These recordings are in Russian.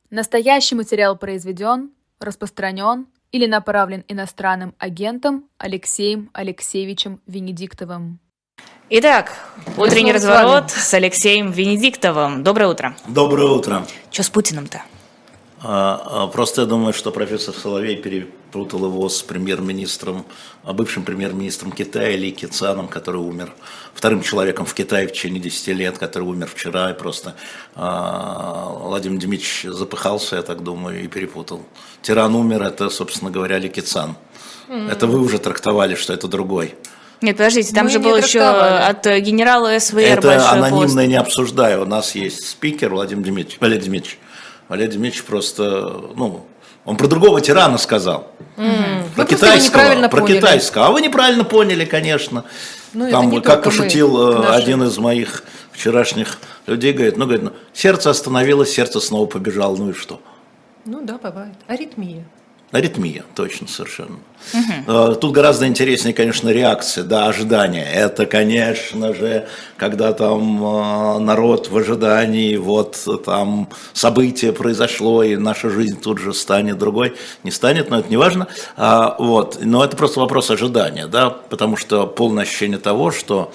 Настоящий материал произведен, распространен или направлен иностранным агентом Алексеем Алексеевичем Венедиктовым. Итак, утренний разворот с Алексеем Венедиктовым. Доброе утро. Доброе утро. Что с Путиным-то? Просто я думаю, что профессор Соловей перепутал его с премьер-министром, бывшим премьер-министром Китая Ли Кэцяном, который умер, вторым человеком в Китае в течение 10 лет, который умер вчера, и просто Владимир Дмитриевич запыхался, я так думаю, и перепутал. Тиран умер, это, собственно говоря, Ли Кэцян. Это вы уже трактовали, что это другой. Нет, подождите, там же был еще от генерала СВР это большой пост. Это анонимно не обсуждаю. У нас есть спикер Владимир Дмитриевич. Валерий Дмитриевич просто, он про другого тирана сказал. Про китайского. А вы неправильно поняли, конечно. Там, как пошутил один из моих вчерашних людей, говорит, сердце остановилось, сердце снова побежало, ну и что? Ну да, бывает. Аритмия. Аритмия, точно, совершенно. Тут гораздо интереснее, конечно, реакция, да, ожидания. Это, конечно же, когда там народ в ожидании, вот там событие произошло, и наша жизнь тут же станет другой. Не станет, но это не важно. Но это просто вопрос ожидания, да, потому что полное ощущение того, что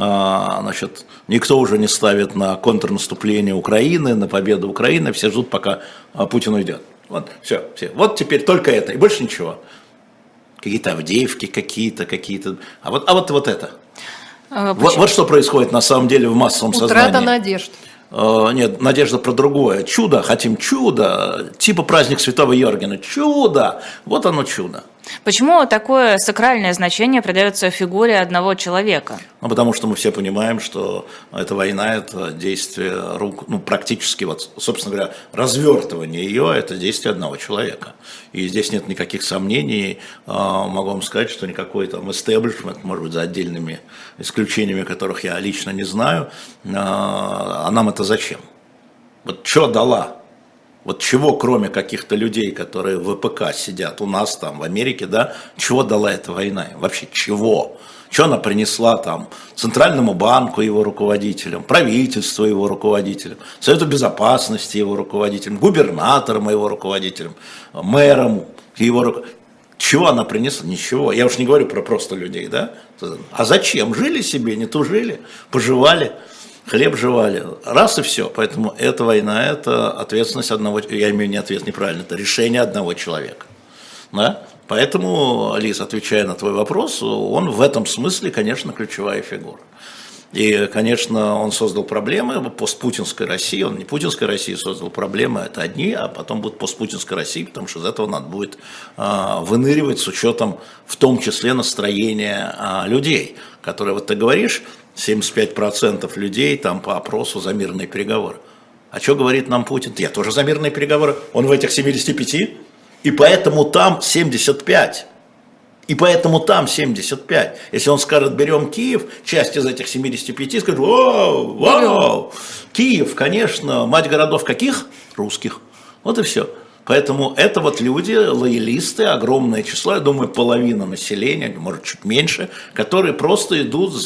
никто уже не ставит на контрнаступление Украины, на победу Украины, все ждут, пока Путин уйдет. Вот, все. Вот теперь только это, и больше ничего. Какие-то Авдеевки, какие-то. А вот это. Вот что происходит на самом деле в массовом сознании. Утрата надежд. Нет, надежда про другое. Чудо, хотим чудо, типа праздник Святого Йоргена. Чудо, вот оно чудо. Почему такое сакральное значение придается фигуре одного человека? Потому что мы все понимаем, что эта война, это действие рук, практически, собственно говоря, развертывание ее, это действие одного человека. И здесь нет никаких сомнений, могу вам сказать, что никакой там истеблишмент, может быть, за отдельными исключениями, которых я лично не знаю, а нам это зачем? Вот что дала? Вот чего, кроме каких-то людей, которые в ВПК сидят у нас там, в Америке, да, чего дала эта война? Вообще чего? Что она принесла там Центральному банку его руководителям, правительству его руководителям, Совету Безопасности его руководителям, губернаторам его руководителям, мэрам его руководителям? Чего она принесла? Ничего. Я уж не говорю про просто людей, да? А зачем? Жили себе, не тужили, поживали. Хлеб жевали, раз и все. Поэтому эта война, это ответственность одного, я имею не ответ, неправильно, это решение одного человека. Да? Поэтому, Лиз, отвечая на твой вопрос, он в этом смысле, конечно, ключевая фигура. И, конечно, он создал проблемы постпутинской России, он не путинской России создал проблемы, это одни, а потом будет постпутинской России, потому что из этого надо будет выныривать с учетом в том числе настроения людей, которые, вот ты говоришь, 75% людей там по опросу за мирные переговоры. А что говорит нам Путин? Я тоже за мирные переговоры. Он в этих 75, и поэтому там 75. И поэтому там 75. Если он скажет, берем Киев, часть из этих 75, скажет, вау, Киев, конечно, мать городов каких? Русских. Вот и все. Поэтому это вот люди, лоялисты, огромное число, я думаю, половина населения, может чуть меньше, которые просто идут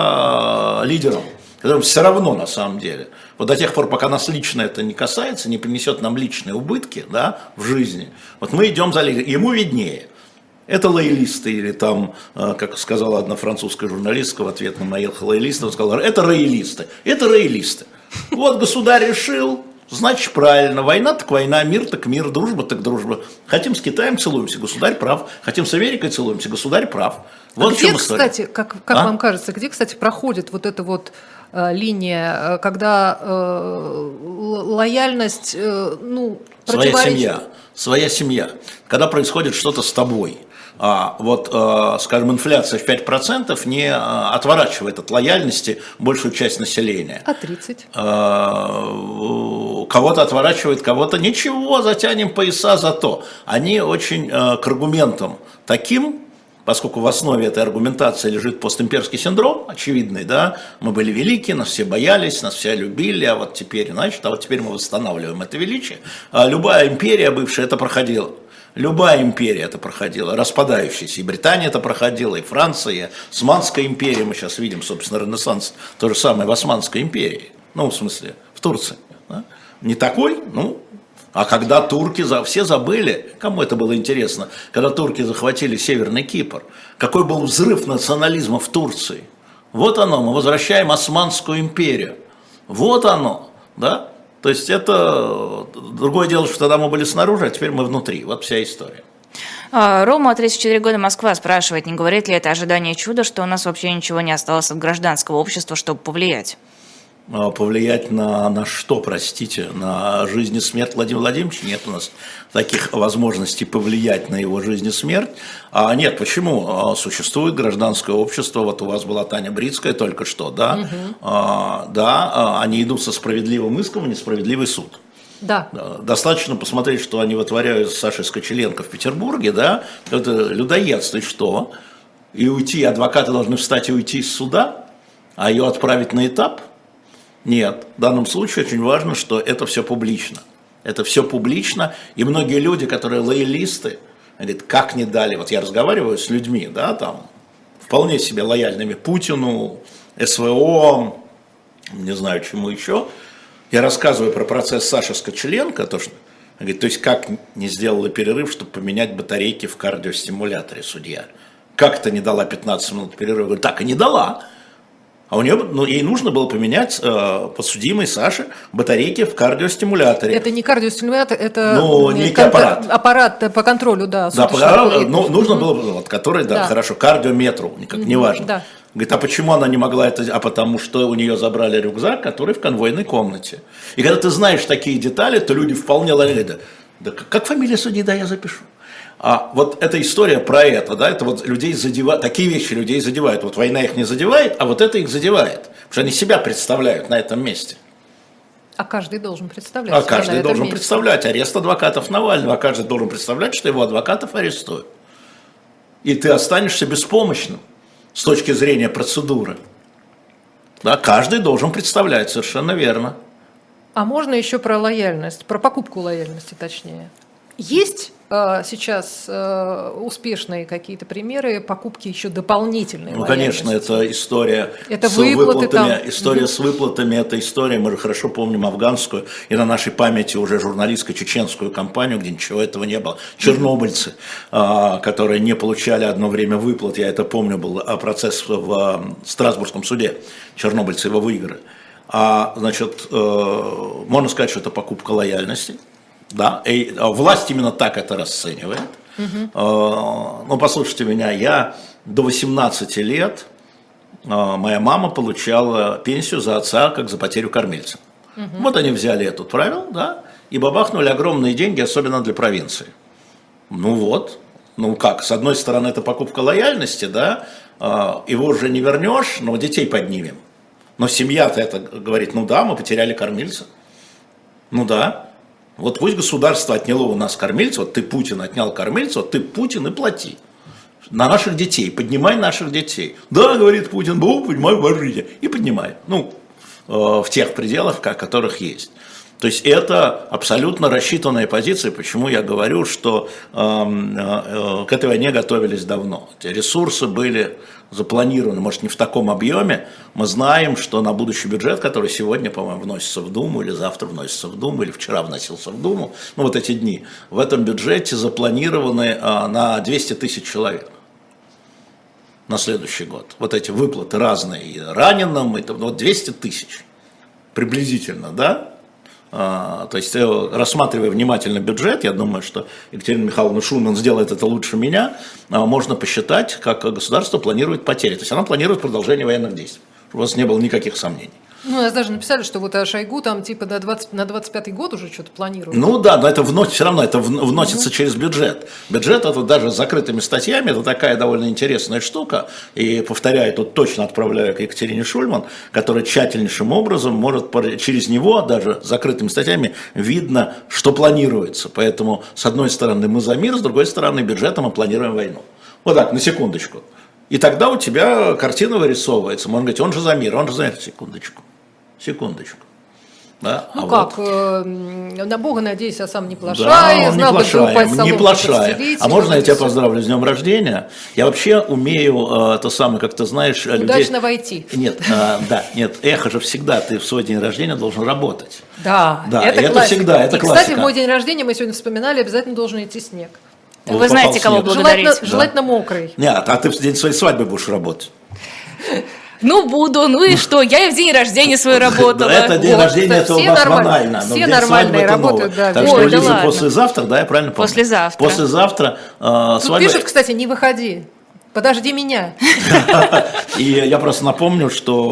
за лидером, которым все равно на самом деле. Вот до тех пор, пока нас лично это не касается, не принесет нам личные убытки, да, в жизни, вот мы идем за лидером, ему виднее. Это лоялисты, или там, как сказала одна французская журналистка в ответ на моих лоялистов, сказала, это роялисты, это роялисты. Вот государь решил. Значит, правильно. Война так война, мир так мир, дружба так дружба. Хотим с Китаем целуемся, государь прав. Хотим с Америкой целуемся, государь прав. Вот где, кстати, как вам кажется, где, кстати, проходит вот эта вот линия, когда лояльность, Своя семья. Когда происходит что-то с тобой. Скажем, инфляция в 5% не отворачивает от лояльности большую часть населения. А 30%? Кого-то отворачивает, кого-то ничего, затянем пояса зато. Они очень к аргументам таким, поскольку в основе этой аргументации лежит постимперский синдром, очевидный, да, мы были велики, нас все боялись, нас все любили, а вот теперь мы восстанавливаем это величие. Любая империя бывшая это проходила. Любая империя это проходила, распадающаяся. И Британия это проходила, и Франция, и Османская империя. Мы сейчас видим, собственно, ренессанс, то же самое в Османской империи. В смысле, в Турции. Да? Не такой, А когда турки, все забыли, кому это было интересно, когда турки захватили Северный Кипр, какой был взрыв национализма в Турции. Вот оно, мы возвращаем Османскую империю. Вот оно, да? То есть это другое дело, что тогда мы были снаружи, а теперь мы внутри. Вот вся история. Рома, 34 года, Москва, спрашивает, не говорит ли это ожидание чуда, что у нас вообще ничего не осталось от гражданского общества, чтобы повлиять? Повлиять на что, простите, на жизнь и смерть Владимира Владимировича? Нет у нас таких возможностей повлиять на его жизнь и смерть. Нет, почему? Существует гражданское общество, вот у вас была Таня Брицкая только что, да? Да, они идут со справедливым иском в несправедливый суд. Да. Достаточно посмотреть, что они вытворяют с Сашей Скочеленко в Петербурге, да? Это людоедство, и что? И уйти, адвокаты должны встать и уйти из суда, а ее отправить на этап? Нет, в данном случае очень важно, что это все публично. Это все публично, и многие люди, которые лоялисты, говорят, как не дали, вот я разговариваю с людьми, да, там, вполне себе лояльными Путину, СВО, не знаю, чему еще, я рассказываю про процесс Саши Скочеленко, то есть как не сделала перерыв, чтобы поменять батарейки в кардиостимуляторе судья, как это не дала 15 минут перерыва, я говорю, так и не дала. А у нее, ей нужно было поменять подсудимой Саше батарейки в кардиостимуляторе. Это не кардиостимулятор, это некий аппарат. Аппарат по контролю, да. Да, нужно было, вот, который, да, хорошо, кардиометру, неважно. Да. Говорит, а почему она не могла это, а потому что у нее забрали рюкзак, который в конвойной комнате. И когда ты знаешь такие детали, то люди вполне лояльны. Да как фамилия судьи, да, я запишу. А вот эта история про это, да, это вот людей задевает, такие вещи людей задевают. Вот война их не задевает, а вот это их задевает. Потому что они себя представляют на этом месте. А каждый должен представлять. А каждый должен представлять арест адвокатов Навального. А каждый должен представлять, что его адвокатов арестуют. И ты останешься беспомощным с точки зрения процедуры. Да, каждый должен представлять, совершенно верно. А можно еще про лояльность, про покупку лояльности точнее. Есть сейчас успешные какие-то примеры покупки еще дополнительной лояльности? Конечно, это история это с выплатами. История с выплатами, это история, мы же хорошо помним афганскую и на нашей памяти уже журналистско-чеченскую кампанию, где ничего этого не было. Чернобыльцы, которые не получали одно время выплат, я это помню, был процесс в Страсбургском суде, чернобыльцы его выиграли. Значит, можно сказать, что это покупка лояльности. Да, и власть именно так это расценивает. Ну, послушайте меня, я до 18 лет, моя мама получала пенсию за отца, как за потерю кормильца. Вот они взяли это правило, да, и бабахнули огромные деньги, особенно для провинции. Ну вот, ну как, с одной стороны это покупка лояльности, да, его уже не вернешь, но детей поднимем. Но семья-то это говорит, ну да, мы потеряли кормильца. Ну да. Вот пусть государство отняло у нас кормильца, вот ты, Путин, отнял кормильца, вот ты, Путин, и плати. На наших детей, поднимай наших детей. Да, говорит Путин, поднимай ваших детей. И поднимай. Ну, в тех пределах, которых есть. То есть это абсолютно рассчитанная позиция, почему я говорю, что к этой войне готовились давно. Эти ресурсы были запланированы, может, не в таком объеме. Мы знаем, что на будущий бюджет, который сегодня, по-моему, вносится в Думу, или завтра вносится в Думу, или вчера вносился в Думу, ну вот эти дни, в этом бюджете запланированы на 200 тысяч человек на следующий год. Вот эти выплаты разные, и раненым, это вот 200 тысяч приблизительно, да? То есть, рассматривая внимательно бюджет, я думаю, что Екатерина Михайловна Шульман сделает это лучше меня, можно посчитать, как государство планирует потери. То есть, она планирует продолжение военных действий, чтобы у вас не было никаких сомнений. Ну, нас даже написали, что вот Шойгу там типа на 25-й год уже что-то планирует. Ну да, но это все равно это вносится через бюджет. Бюджет это даже с закрытыми статьями, это такая довольно интересная штука. И повторяю, тут точно отправляю к Екатерине Шульман, которая тщательнейшим образом может через него, даже с закрытыми статьями, видно, что планируется. Поэтому, с одной стороны, мы за мир, с другой стороны, бюджетом мы планируем войну. Вот так, на секундочку. И тогда у тебя картина вырисовывается. Можно говорить, он же за мир, он же за мир. Секундочку. Да? Ну а как, вот, на Бога надеюсь, а сам не да, плашай, он знал бы, где упасть не соломку плашай. подстелить, А и можно вот я это тебя всё. поздравлю с днем рождения? Я вообще умею, это самое, как ты знаешь, Удачно войти. Нет, нет, эхо же всегда, ты в свой день рождения должен работать. Да, Да, это и это классика. всегда, это и, кстати, классика. в мой день рождения, мы сегодня вспоминали, обязательно должен идти снег. Вы знаете, кого Попал снег. благодарить. Желательно мокрый. Нет, а ты в день своей свадьбы будешь работать. Ну, буду, ну и что? Я и в день рождения свой работала. Да, это день Вот, рождения, это у все вас нормально. банально. Но Все в день нормальные свадьбы это работают, новое. да, Так что, Ой, да Лиза, ладно. послезавтра, да, я правильно помню? Послезавтра. Послезавтра Тут свадьба. пишут, кстати, не выходи. Подожди меня. И я просто напомню,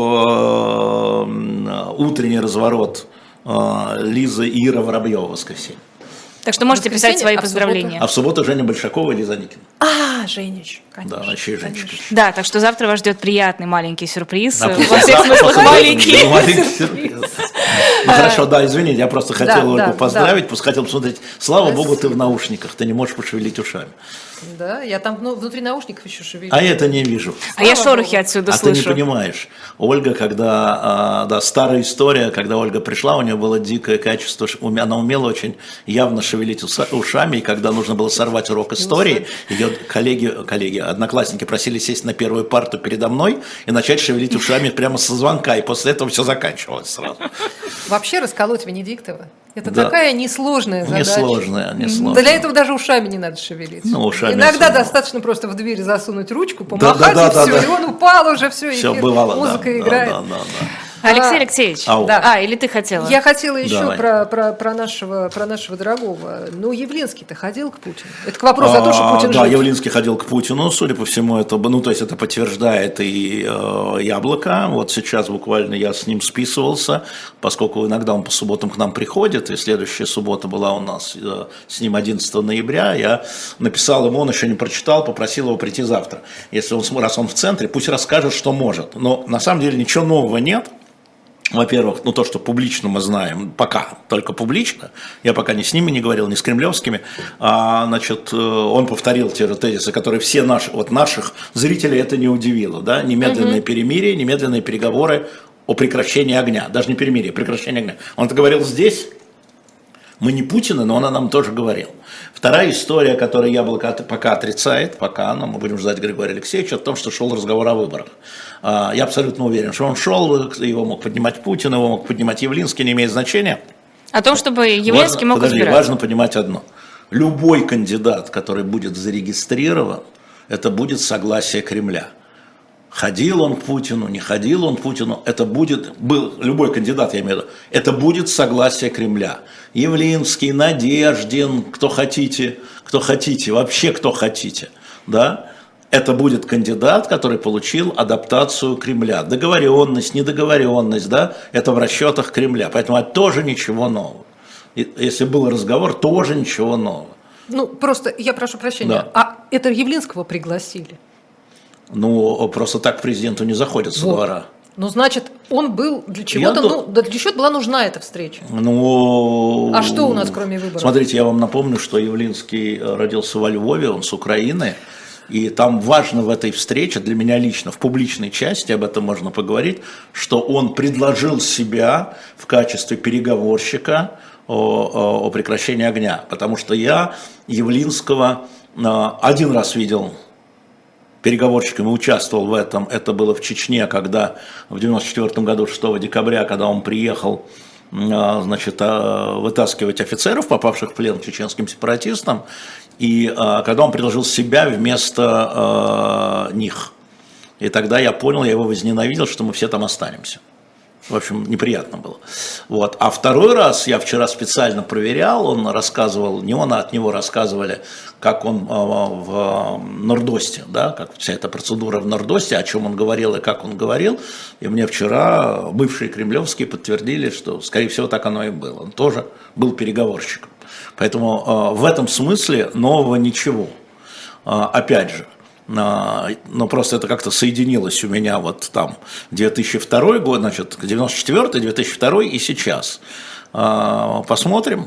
что утренний разворот Лизы и Ира Воробьева в воскресенье. Так что можете писать свои А в субботу? поздравления. А в субботу Женя Большакова и Лиза Никина. Женич, конечно. Да, вообще Женечка. конечно. Да, так что завтра вас ждет приятный маленький сюрприз. А Во всех послезавтра- смыслах послезавтра- маленький. сюрприз. Ну хорошо, да, извините, я просто хотел Да, Ольгу поздравить, хотел посмотреть. Слава богу, ты в наушниках, ты не можешь пошевелить ушами. Да, я там внутри наушников еще шевелю. А я это не вижу. А я Слава шорохи Богу. отсюда А ты не слышу. понимаешь, Ольга, когда, да, старая история, когда Ольга пришла, у нее было дикое качество, она умела очень явно шевелить ушами, и когда нужно было сорвать урок истории, ее коллеги, одноклассники просили сесть на первую парту передо мной и начать шевелить ушами прямо со звонка, и после этого все заканчивалось сразу. Вообще расколоть Венедиктова — это Да. такая несложная задача. Несложная. Для этого даже ушами не надо шевелить. Ну, ушами Иногда особо. достаточно просто в дверь засунуть ручку, Да, помахать, да, и да, все, да. и он упал уже, все, Все эфир, бывало, музыка да, играет. да. Алексей Алексеевич. Ау. Да. Или ты хотела? Я хотела еще Давай. про нашего дорогого. Ну, Явлинский-то ходил к Путину. Это к вопросу о том, что Путин Да, жив. Явлинский ходил к Путину, судя по всему, то есть это подтверждает и Яблоко. Вот сейчас буквально я с ним списывался, поскольку иногда он по субботам к нам приходит, и следующая суббота была у нас с ним 11 ноября. Я написал ему, он еще не прочитал, попросил его прийти завтра. Если раз он в центре, пусть расскажет, что может. Но на самом деле ничего нового нет. Во-первых, то, что публично мы знаем, пока только публично, я пока ни с ними не говорил, ни с кремлевскими, он повторил те же тезисы, которые все наших зрителей это не удивило, да, немедленное перемирие, немедленные переговоры о прекращении огня, даже не перемирие, прекращение огня. Он это говорил здесь. Мы не Путина, но он нам тоже говорил. Вторая история, которую Яблоко пока отрицает, но мы будем ждать Григория Алексеевича, о том, что шел разговор о выборах. Я абсолютно уверен, что он шел, его мог поднимать Путин, его мог поднимать Явлинский, не имеет значения. О том, чтобы Явлинский мог избираться. Важно понимать одно. Любой кандидат, который будет зарегистрирован, это будет согласие Кремля. Ходил он к Путину, не ходил он к Путину, любой кандидат, я имею в виду, это будет согласие Кремля. Явлинский, Надеждин, кто хотите, вообще кто хотите, да, это будет кандидат, который получил адаптацию Кремля. Договоренность, недоговоренность, да, это в расчетах Кремля, поэтому это тоже ничего нового. Если был разговор, тоже ничего нового. Ну, просто, я прошу прощения, Да. а это Явлинского пригласили? Ну, просто так к президенту не заходят со двора. Ну, значит, он был для чего-то, для чего-то была нужна эта встреча. Ну, А что у нас, кроме выборов? Смотрите, я вам напомню, что Явлинский родился во Львове, он с Украины, и там важно в этой встрече, для меня лично, в публичной части, об этом можно поговорить, что он предложил себя в качестве переговорщика о прекращении огня, потому что я Явлинского один раз видел переговорщиком и участвовал в этом. Это было в Чечне, когда в 1994 году, 6 декабря, когда он приехал, вытаскивать офицеров, попавших в плен чеченским сепаратистам, и когда он предложил себя вместо них. И тогда я понял, я его возненавидел, что мы все там останемся. В общем, неприятно было. Вот. А второй раз, я вчера специально проверял, он рассказывал, не он, а от него рассказывали, как он в Нордосте, да, как вся эта процедура в Нордосте, о чем он говорил и как он говорил. И мне вчера бывшие кремлевские подтвердили, что, скорее всего, так оно и было. Он тоже был переговорщиком. Поэтому в этом смысле нового ничего. Опять же, но просто это как-то соединилось у меня вот там 2002 год, 94-й, 2002 и сейчас. Посмотрим.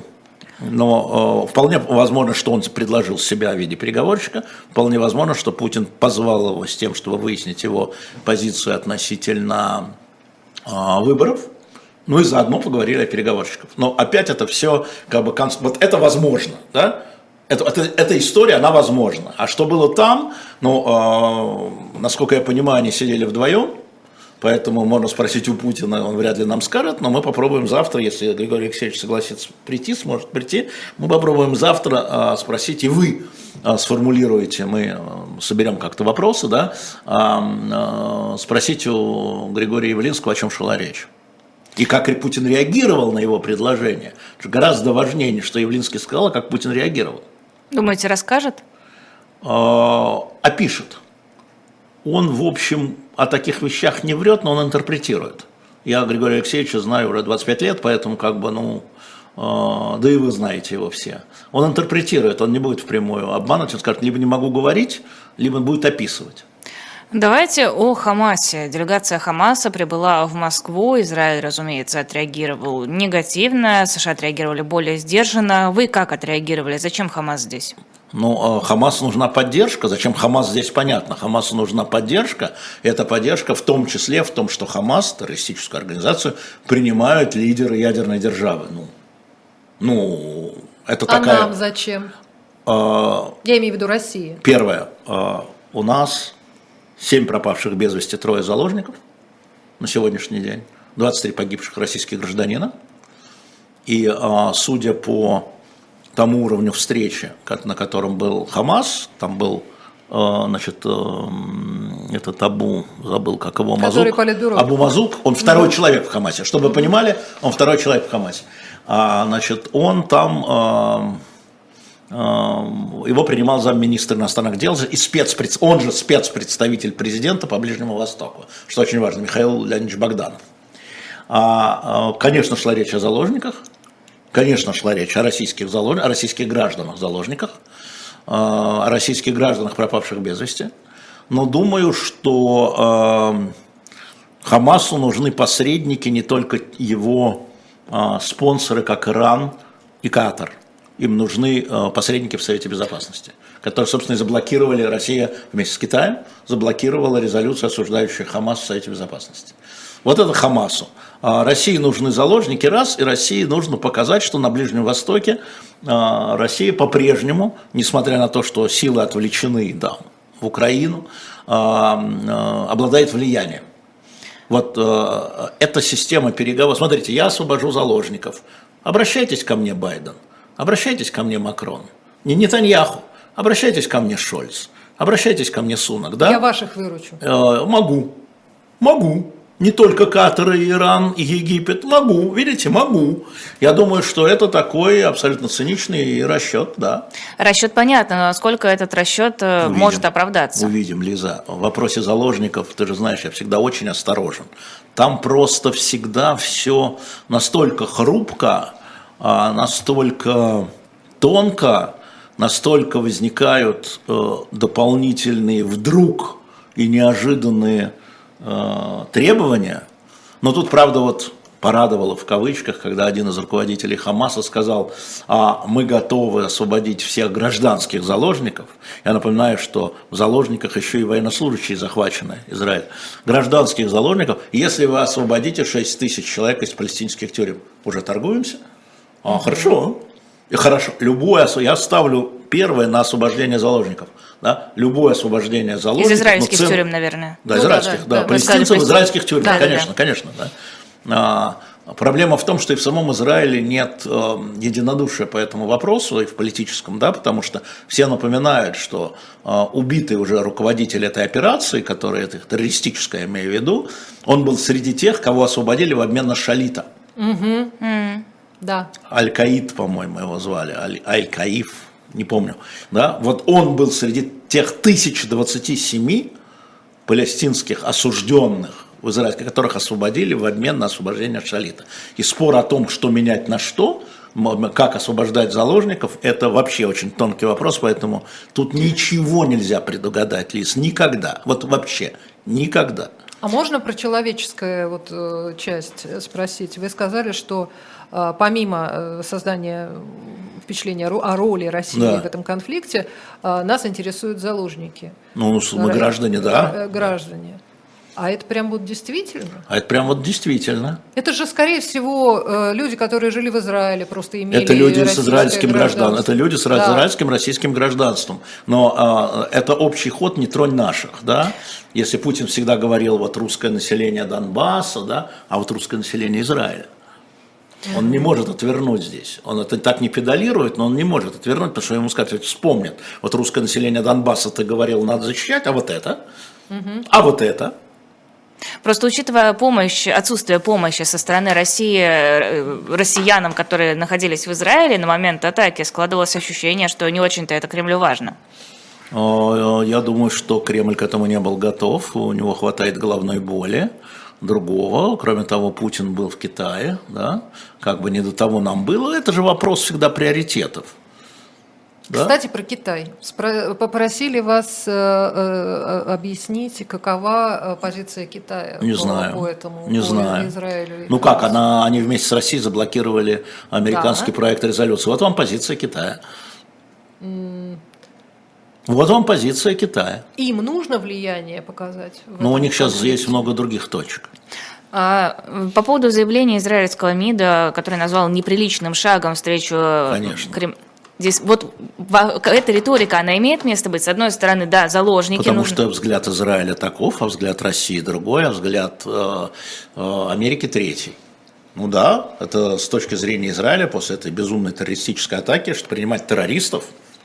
Но вполне возможно, что он предложил себя в виде переговорщика. Вполне возможно, что Путин позвал его с тем, чтобы выяснить его позицию относительно выборов. Ну и заодно поговорили о переговорщиках. Но опять это все, как бы, вот это возможно, да? Эта история, она возможна. А что было там, насколько я понимаю, они сидели вдвоем, поэтому можно спросить у Путина, он вряд ли нам скажет, но мы попробуем завтра, если Григорий Алексеевич согласится прийти, сможет прийти, мы попробуем завтра спросить, и вы сформулируете, мы соберем как-то вопросы, да, спросить у Григория Явлинского, о чем шла речь. И как Путин реагировал на его предложение. Гораздо важнее, что Явлинский сказал, а как Путин реагировал. Думаете, расскажет? Опишет. Он, в общем, о таких вещах не врет, но он интерпретирует. Я Григория Алексеевича знаю уже 25 лет, поэтому да и вы знаете его все. Он интерпретирует, он не будет впрямую обманывать, он скажет, либо не могу говорить, либо будет описывать. Давайте о Хамасе. Делегация Хамаса прибыла в Москву. Израиль, разумеется, отреагировал негативно. США отреагировали более сдержанно. Вы как отреагировали? Зачем Хамас здесь? Хамасу нужна поддержка. Зачем Хамас здесь, понятно. Хамасу нужна поддержка. Эта поддержка в том числе в том, что Хамас, террористическую организацию, принимают лидеры ядерной державы. Это такая... А нам зачем? Я имею в виду России. Первое. У нас 7 пропавших без вести, 3 заложников на сегодняшний день, 23 погибших российских гражданина. И судя по тому уровню встречи, на котором был Хамас, там был, этот забыл, как его, Мазук, Абу Мазук, он второй человек в Хамасе. Чтобы вы понимали, он второй человек в Хамасе. Он там... Его принимал замминистра иностранных дел и он же спецпредставитель президента по Ближнему Востоку, что очень важно, Михаил Леонидович Богданов. Конечно, шла речь о заложниках, конечно, шла речь о российских гражданах-заложниках, о российских гражданах, пропавших без вести, но думаю, что Хамасу нужны посредники, не только его спонсоры, как Иран и Катар. Им нужны посредники в Совете Безопасности, которые, собственно, и заблокировали, Россия вместе с Китаем заблокировала резолюцию, осуждающую Хамас в Совете Безопасности. Вот это Хамасу. России нужны заложники, и России нужно показать, что на Ближнем Востоке Россия по-прежнему, несмотря на то, что силы отвлечены в Украину, обладает влиянием. Вот эта система переговоров. Смотрите, я освобожу заложников. Обращайтесь ко мне, Байден. Обращайтесь ко мне, Макрон. Не Нетаньяху. Обращайтесь ко мне, Шольц. Обращайтесь ко мне, Сунак. Да? Я ваших выручу. Могу. Не только Катар, и Иран, и Египет. Могу. Видите, могу. Я думаю, что это такой абсолютно циничный расчет, да. Расчет понятно, но насколько этот расчет может оправдаться? Увидим, Лиза. В вопросе заложников, ты же знаешь, я всегда очень осторожен. Там просто всегда все настолько хрупко, настолько тонко, настолько возникают дополнительные вдруг и неожиданные требования. Но тут, правда, порадовало в кавычках, когда один из руководителей Хамаса сказал, мы готовы освободить всех гражданских заложников. Я напоминаю, что в заложниках еще и военнослужащие захвачены, Израиль. Гражданских заложников, если вы освободите 6 тысяч человек из палестинских тюрем, уже торгуемся? Хорошо. Я ставлю первое на освобождение заложников. Да? Любое освобождение заложников. Из израильских тюрем, наверное. Да, израильских, да. Палестинцев в израильских тюрьмах, конечно. Да. Проблема в том, что и в самом Израиле нет единодушия по этому вопросу, и в политическом, да, потому что все напоминают, что убитый уже руководитель этой операции, которая это террористическая, я имею в виду, он был среди тех, кого освободили в обмен на шалита. Да. Аль-Каид, по-моему, его звали, Аль-Каиф, не помню. Да? Вот он был среди тех 1027 палестинских осужденных в Израиле, которых освободили в обмен на освобождение шалита. И спор о том, что менять на что, как освобождать заложников, это вообще очень тонкий вопрос, поэтому тут ничего нельзя предугадать, Лиз, никогда, вот вообще никогда. А можно про человеческую часть спросить? Вы сказали, что помимо создания впечатления о роли России в этом конфликте, нас интересуют заложники. Мы граждане, да. Граждане. А это прям вот действительно? А это прям вот действительно. Это же, скорее всего, люди, которые жили в Израиле, просто имели это люди с израильским гражданством. Это люди с израильским российским гражданством. Но это общий ход «не тронь наших». Да? Если Путин всегда говорил, вот русское население Донбасса, да, а вот русское население Израиля. Он не может отвернуть здесь. Он это так не педалирует, но он не может отвернуть, потому что ему скажут, вспомнят. Вот русское население Донбасса, ты говорил, надо защищать, а вот это, а вот это. Просто учитывая отсутствие помощи со стороны России россиянам, которые находились в Израиле на момент атаки, складывалось ощущение, что не очень-то это Кремлю важно. Я думаю, что Кремль к этому не был готов, у него хватает головной боли. Другого, кроме того, Путин был в Китае, да, как бы не до того нам было, это же вопрос всегда приоритетов. Да? Кстати, про Китай. Попросили вас объяснить, какова позиция Китая по этому Израилю. Ну как, они вместе с Россией заблокировали американский проект резолюции. Вот вам позиция Китая. Вот вам позиция Китая. Им нужно влияние показать? Но у них сейчас есть много других точек. По поводу заявления израильского МИДа, который назвал неприличным шагом встречу Кремля. Здесь вот эта риторика, она имеет место быть. С одной стороны, да, заложники. Потому что взгляд Израиля таков, а взгляд России другой, а взгляд Америки третий. Ну да, это с точки зрения Израиля после этой безумной террористической атаки, что принимать террористов,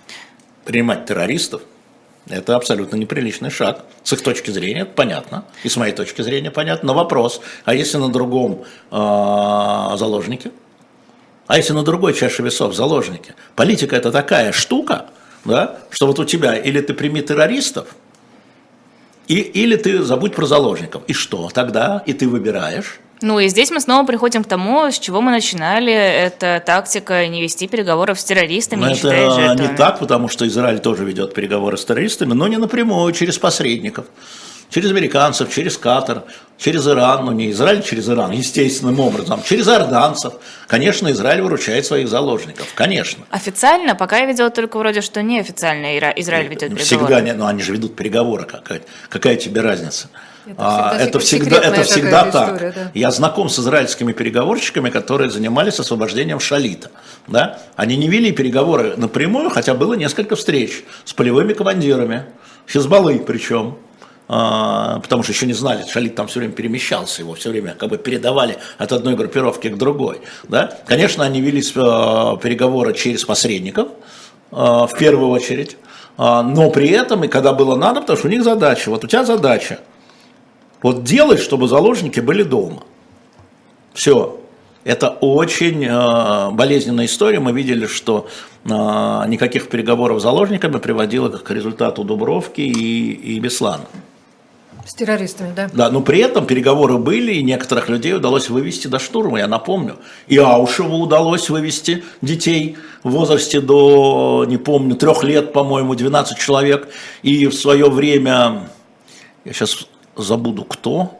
это абсолютно неприличный шаг. С их точки зрения это понятно, и с моей точки зрения понятно. Но вопрос, а если на другом заложнике? А если на другой чаше весов заложники? Политика это такая штука, да, что вот у тебя или ты прими террористов, или ты забудь про заложников. И что тогда? И ты выбираешь. Ну и здесь мы снова приходим к тому, с чего мы начинали. Это тактика не вести переговоров с террористами, не считая жертвами. Это не так, потому что Израиль тоже ведет переговоры с террористами, но не напрямую, через посредников. Через американцев, через Катар, через Иран, ну не Израиль через Иран, естественным образом, через иорданцев. Конечно, Израиль выручает своих заложников, конечно. Официально пока я видела только вроде, что неофициально Израиль ведет переговоры. Всегда нет, но они же ведут переговоры, какая тебе разница? Это всегда так. История, да. Я знаком с израильскими переговорщиками, которые занимались освобождением Шалита. Да? Они не вели переговоры напрямую, хотя было несколько встреч с полевыми командирами, Хизбаллы причем. Потому что еще не знали, Шалит там все время перемещался, его все время как бы передавали от одной группировки к другой. Да? Конечно, они вели переговоры через посредников, в первую очередь, но при этом, и когда было надо, потому что у них задача, вот у тебя задача, вот делай, чтобы заложники были дома. Все. Это очень болезненная история. Мы видели, что никаких переговоров с заложниками приводило к результату Дубровки и Беслана. С террористами, да? Да, но при этом переговоры были, и некоторых людей удалось вывести до штурма, я напомню. И Аушеву удалось вывести детей в возрасте до, не помню, 3 лет, по-моему, 12 человек. И в свое время, я сейчас забуду, кто,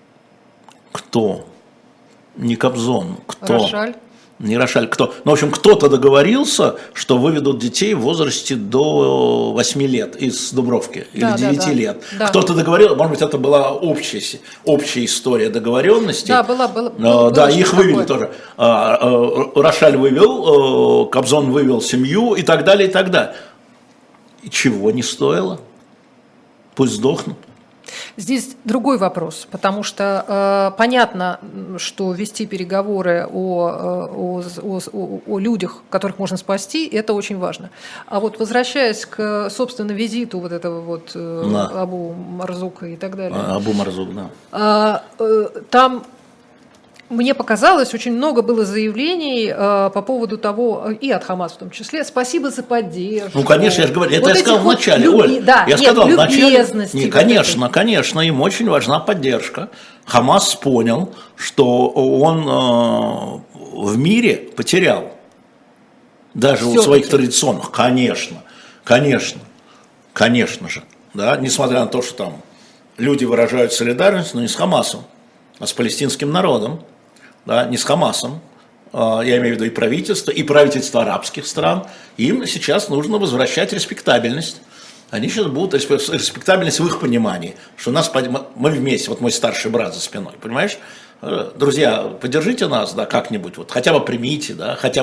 не Кобзон, кто. Рошаль. Не Рошаль, кто. Ну, в общем, кто-то договорился, что выведут детей в возрасте до 8 лет из Дубровки, или 9 лет. Да. Кто-то договорился, может быть, это была общая история договоренности. Да, была да, их вывели тоже. Рошаль вывел, Кобзон вывел семью и так далее, и так далее. И чего не стоило? Пусть сдохнут. Здесь другой вопрос, потому что понятно, что вести переговоры о людях, которых можно спасти, это очень важно. А вот возвращаясь к, собственно, визиту вот этого вот Абу Марзука и так далее. Абу Марзук, да. Там, мне показалось, очень много было заявлений по поводу того, и от Хамаса в том числе, спасибо за поддержку. Ну, конечно, я же говорю, это вот я сказал в начале, Оль. Да, я сказал в начале. Конечно, им очень важна поддержка. Хамас понял, что он в мире потерял. Даже у своих традиционных. Конечно же. Да, несмотря на то, что там люди выражают солидарность, но не с Хамасом, а с палестинским народом. Да, не с Хамасом, я имею в виду и правительство арабских стран, им сейчас нужно возвращать респектабельность. Они сейчас будут респектабельность в их понимании, что мы вместе, вот мой старший брат за спиной, понимаешь? Друзья, поддержите нас, да, как-нибудь, вот, хотя бы примите,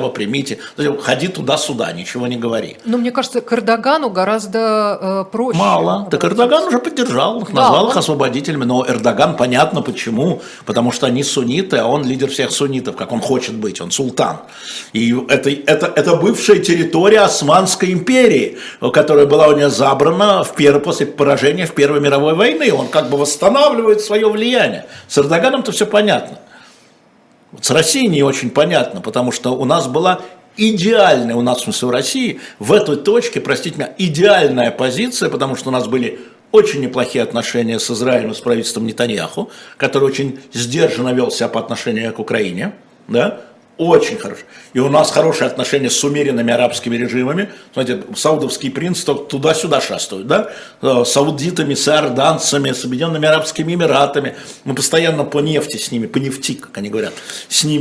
ходи туда-сюда, ничего не говори. Но мне кажется, к Эрдогану гораздо проще. Мало, так Эрдоган уже поддержал их, назвал их освободителями, но Эрдоган, понятно почему, потому что они сунниты, а он лидер всех суннитов, как он хочет быть, он султан. И это бывшая территория Османской империи, которая была у него забрана после поражения в Первой мировой войны, он как бы восстанавливает свое влияние. С Эрдоганом-то все понятно. Вот с Россией не очень понятно, потому что у нас была идеальная, в смысле в России, в этой точке, простите меня, идеальная позиция, потому что у нас были очень неплохие отношения с Израилем, с правительством Нетаньяху, который очень сдержанно вел себя по отношению к Украине, да, очень хорошо. И у нас хорошие отношения с умеренными арабскими режимами. Смотрите, саудовский принц туда-сюда шастают, да? С саудитами, с иорданцами, с Объединенными Арабскими Эмиратами. Мы постоянно по нефти с ними, по нефти, как они говорят, с ними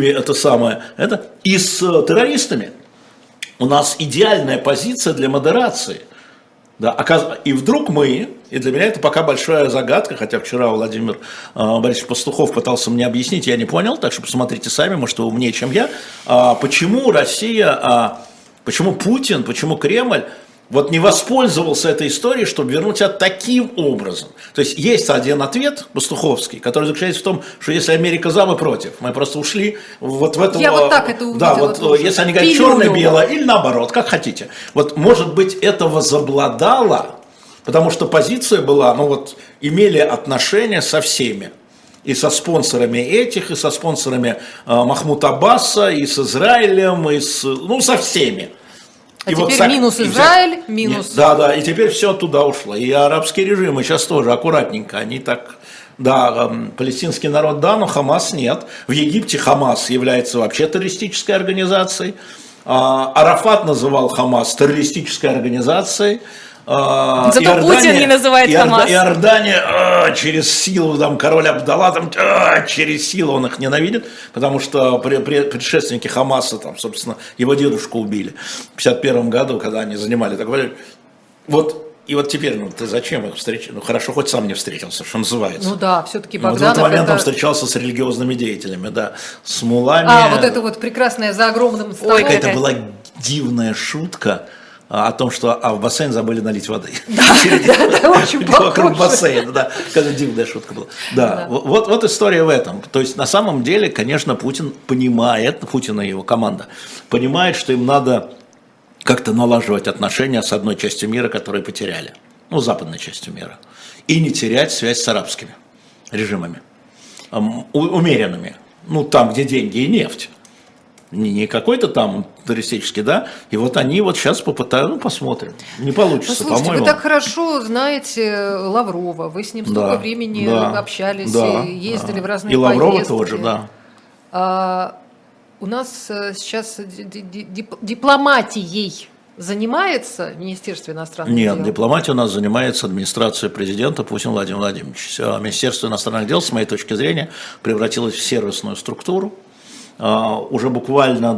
и с террористами. У нас идеальная позиция для модерации. Да, и вдруг и для меня это пока большая загадка, хотя вчера Владимир Борисович Пастухов пытался мне объяснить, я не понял, так что посмотрите сами, может, вы умнее, чем я, почему Россия, почему Путин, почему Кремль вот не воспользовался этой историей, чтобы вернуть себя таким образом. То есть есть один ответ пастуховский, который заключается в том, что если Америка за, мы против. Мы просто ушли вот в это. Я вот так это увидела. Да, вот если они говорят черное-белое или наоборот, как хотите. Вот может быть это возобладало, потому что позиция была, имели отношения со всеми. И со спонсорами этих, и со спонсорами Махмуда Аббаса, и с Израилем, и со всеми. А теперь минус Израиль, минус... Да, и теперь все туда ушло. И арабские режимы сейчас тоже аккуратненько, они так... Да, палестинский народ да, но Хамас нет. В Египте Хамас является вообще террористической организацией. Арафат называл Хамас террористической организацией. Зато Путин не называет Хамас. Иордания через силу, король Абдалла, через силу он их ненавидит, потому что предшественники Хамаса, собственно, его дедушку убили в 1951 году, когда они занимали такое. И вот теперь, ты зачем их встречаешь? Хорошо, хоть сам не встретился, что называется. Все-таки Богданов. В этот момент он встречался с религиозными деятелями, с мулами. Вот это вот прекрасное за огромным столом. Это была дивная шутка о том, что в бассейн забыли налить воды. Да, очень похоже. Вокруг бассейна, да, какая дивная шутка была. Да, вот история в этом. То есть, на самом деле, конечно, Путин и его команда понимает, что им надо как-то налаживать отношения с одной частью мира, которую потеряли, западной частью мира, и не терять связь с арабскими режимами, умеренными, там, где деньги и нефть. Не какой-то там туристический, да, и вот они сейчас попытаются, посмотрим, не получится, по-моему. Вы так хорошо знаете Лаврова, вы с ним столько времени общались, ездили в разные поездки. И Лаврова тоже, да. У нас сейчас дипломатией занимается Министерство иностранных дел? Нет, дипломатией у нас занимается администрация президента Путин Владимир Владимирович. Министерство иностранных дел, с моей точки зрения, превратилось в сервисную структуру. Уже буквально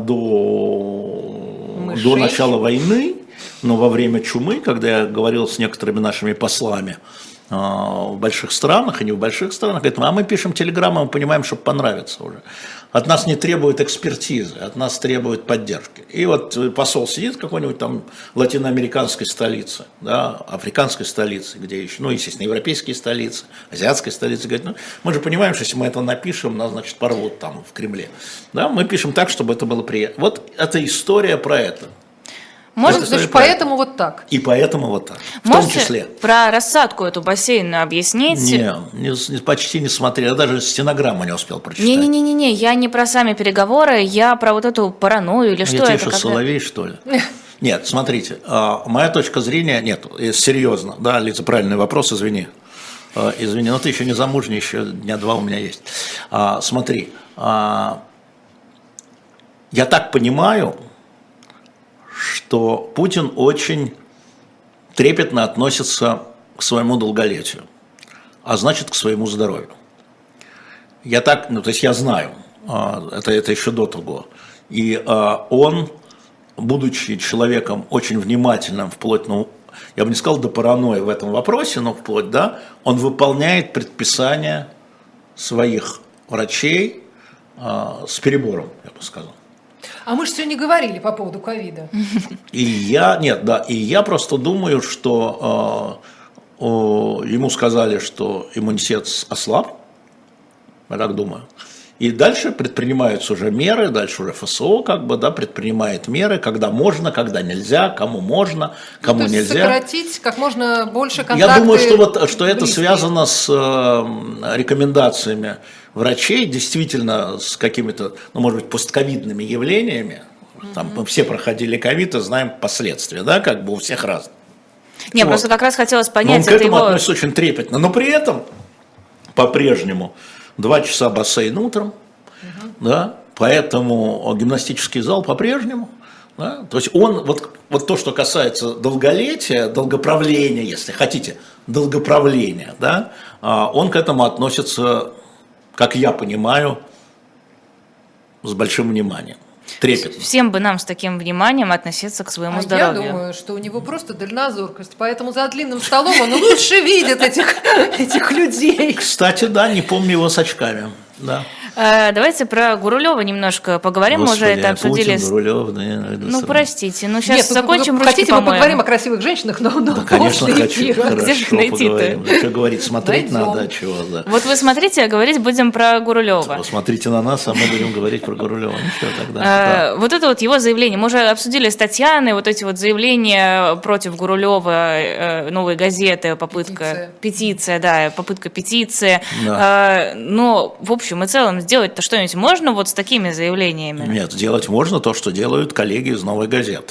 до начала войны, но во время чумы, когда я говорил с некоторыми нашими послами в больших странах и не в больших странах, говорит, мы пишем телеграммы, мы понимаем, что понравится уже. От нас не требуют экспертизы, от нас требуют поддержки. И вот посол сидит в какой-нибудь там латиноамериканской столице, да, африканской столице, где еще, естественно, европейские столицы, азиатской столице, говорит, мы же понимаем, что если мы это напишем, нас, значит, порвут там в Кремле. Да, мы пишем так, чтобы это было приятно. Вот это история про это. Значит, поэтому вот так. И поэтому вот так. В Можете том числе. Про рассадку эту бассейную объяснить? Почти не смотрел. Я даже стенограмму не успел прочитать. Не, я не про сами переговоры, я про вот эту паранойю или что это. Я Соловей, что ли? Нет, смотрите, моя точка зрения, серьезно, да, Лиза, правильный вопрос, извини, но ты еще не замужняя, еще дня два у меня есть. Смотри, я так понимаю, что Путин очень трепетно относится к своему долголетию, а значит, к своему здоровью. Я знаю, это еще до того. И он, будучи человеком очень внимательным, вплоть я бы не сказал до паранойи в этом вопросе, но вплоть, да, он выполняет предписания своих врачей с перебором, я бы сказал. А мы же сегодня говорили по поводу ковида. И я просто думаю, что ему сказали, что иммунитет ослаб, я так думаю. И дальше предпринимаются уже меры, дальше уже ФСО предпринимает меры, когда можно, когда нельзя, кому можно, кому нельзя. Сократить как можно больше контакты. Я думаю, что это связано с рекомендациями врачей, действительно с какими-то, может быть, постковидными явлениями. Там мы все проходили ковид и знаем последствия, да, у всех разные. Не, просто как раз хотелось понять, он к этому относится очень трепетно, но при этом по-прежнему 2 часа бассейн утром, да, поэтому гимнастический зал по-прежнему. Да, то есть он, вот то, что касается долголетия, долгоправления, если хотите, долгоправления, да, он к этому относится, как я понимаю, с большим вниманием. Трепетно. Всем бы нам с таким вниманием относиться к своему здоровью. Я думаю, что у него просто дальнозоркость, поэтому за длинным столом он лучше видит этих людей. Кстати, да, не помню его с очками. Да. Давайте про Гурулева немножко поговорим. Господи, мы уже это обсудили. Путин, Гурулев, да, простите, сейчас закончим. Хотите, мы поговорим о красивых женщинах, но да, конечно, хочу. Где же найти-то? Что говорить, смотреть надо, чего, да. Вот вы смотрите, а говорить будем про Гурулева. Посмотрите на нас, а мы будем говорить про Гурулева. Ничего тогда. Да. Вот это вот его заявление. Мы уже обсудили с Татьяной вот эти вот заявления против Гурулева, Новой газеты, попытка петиции. Да. Но в общем и целом сделать-то что-нибудь можно вот с такими заявлениями? Нет, сделать можно то, что делают коллеги из «Новой газеты».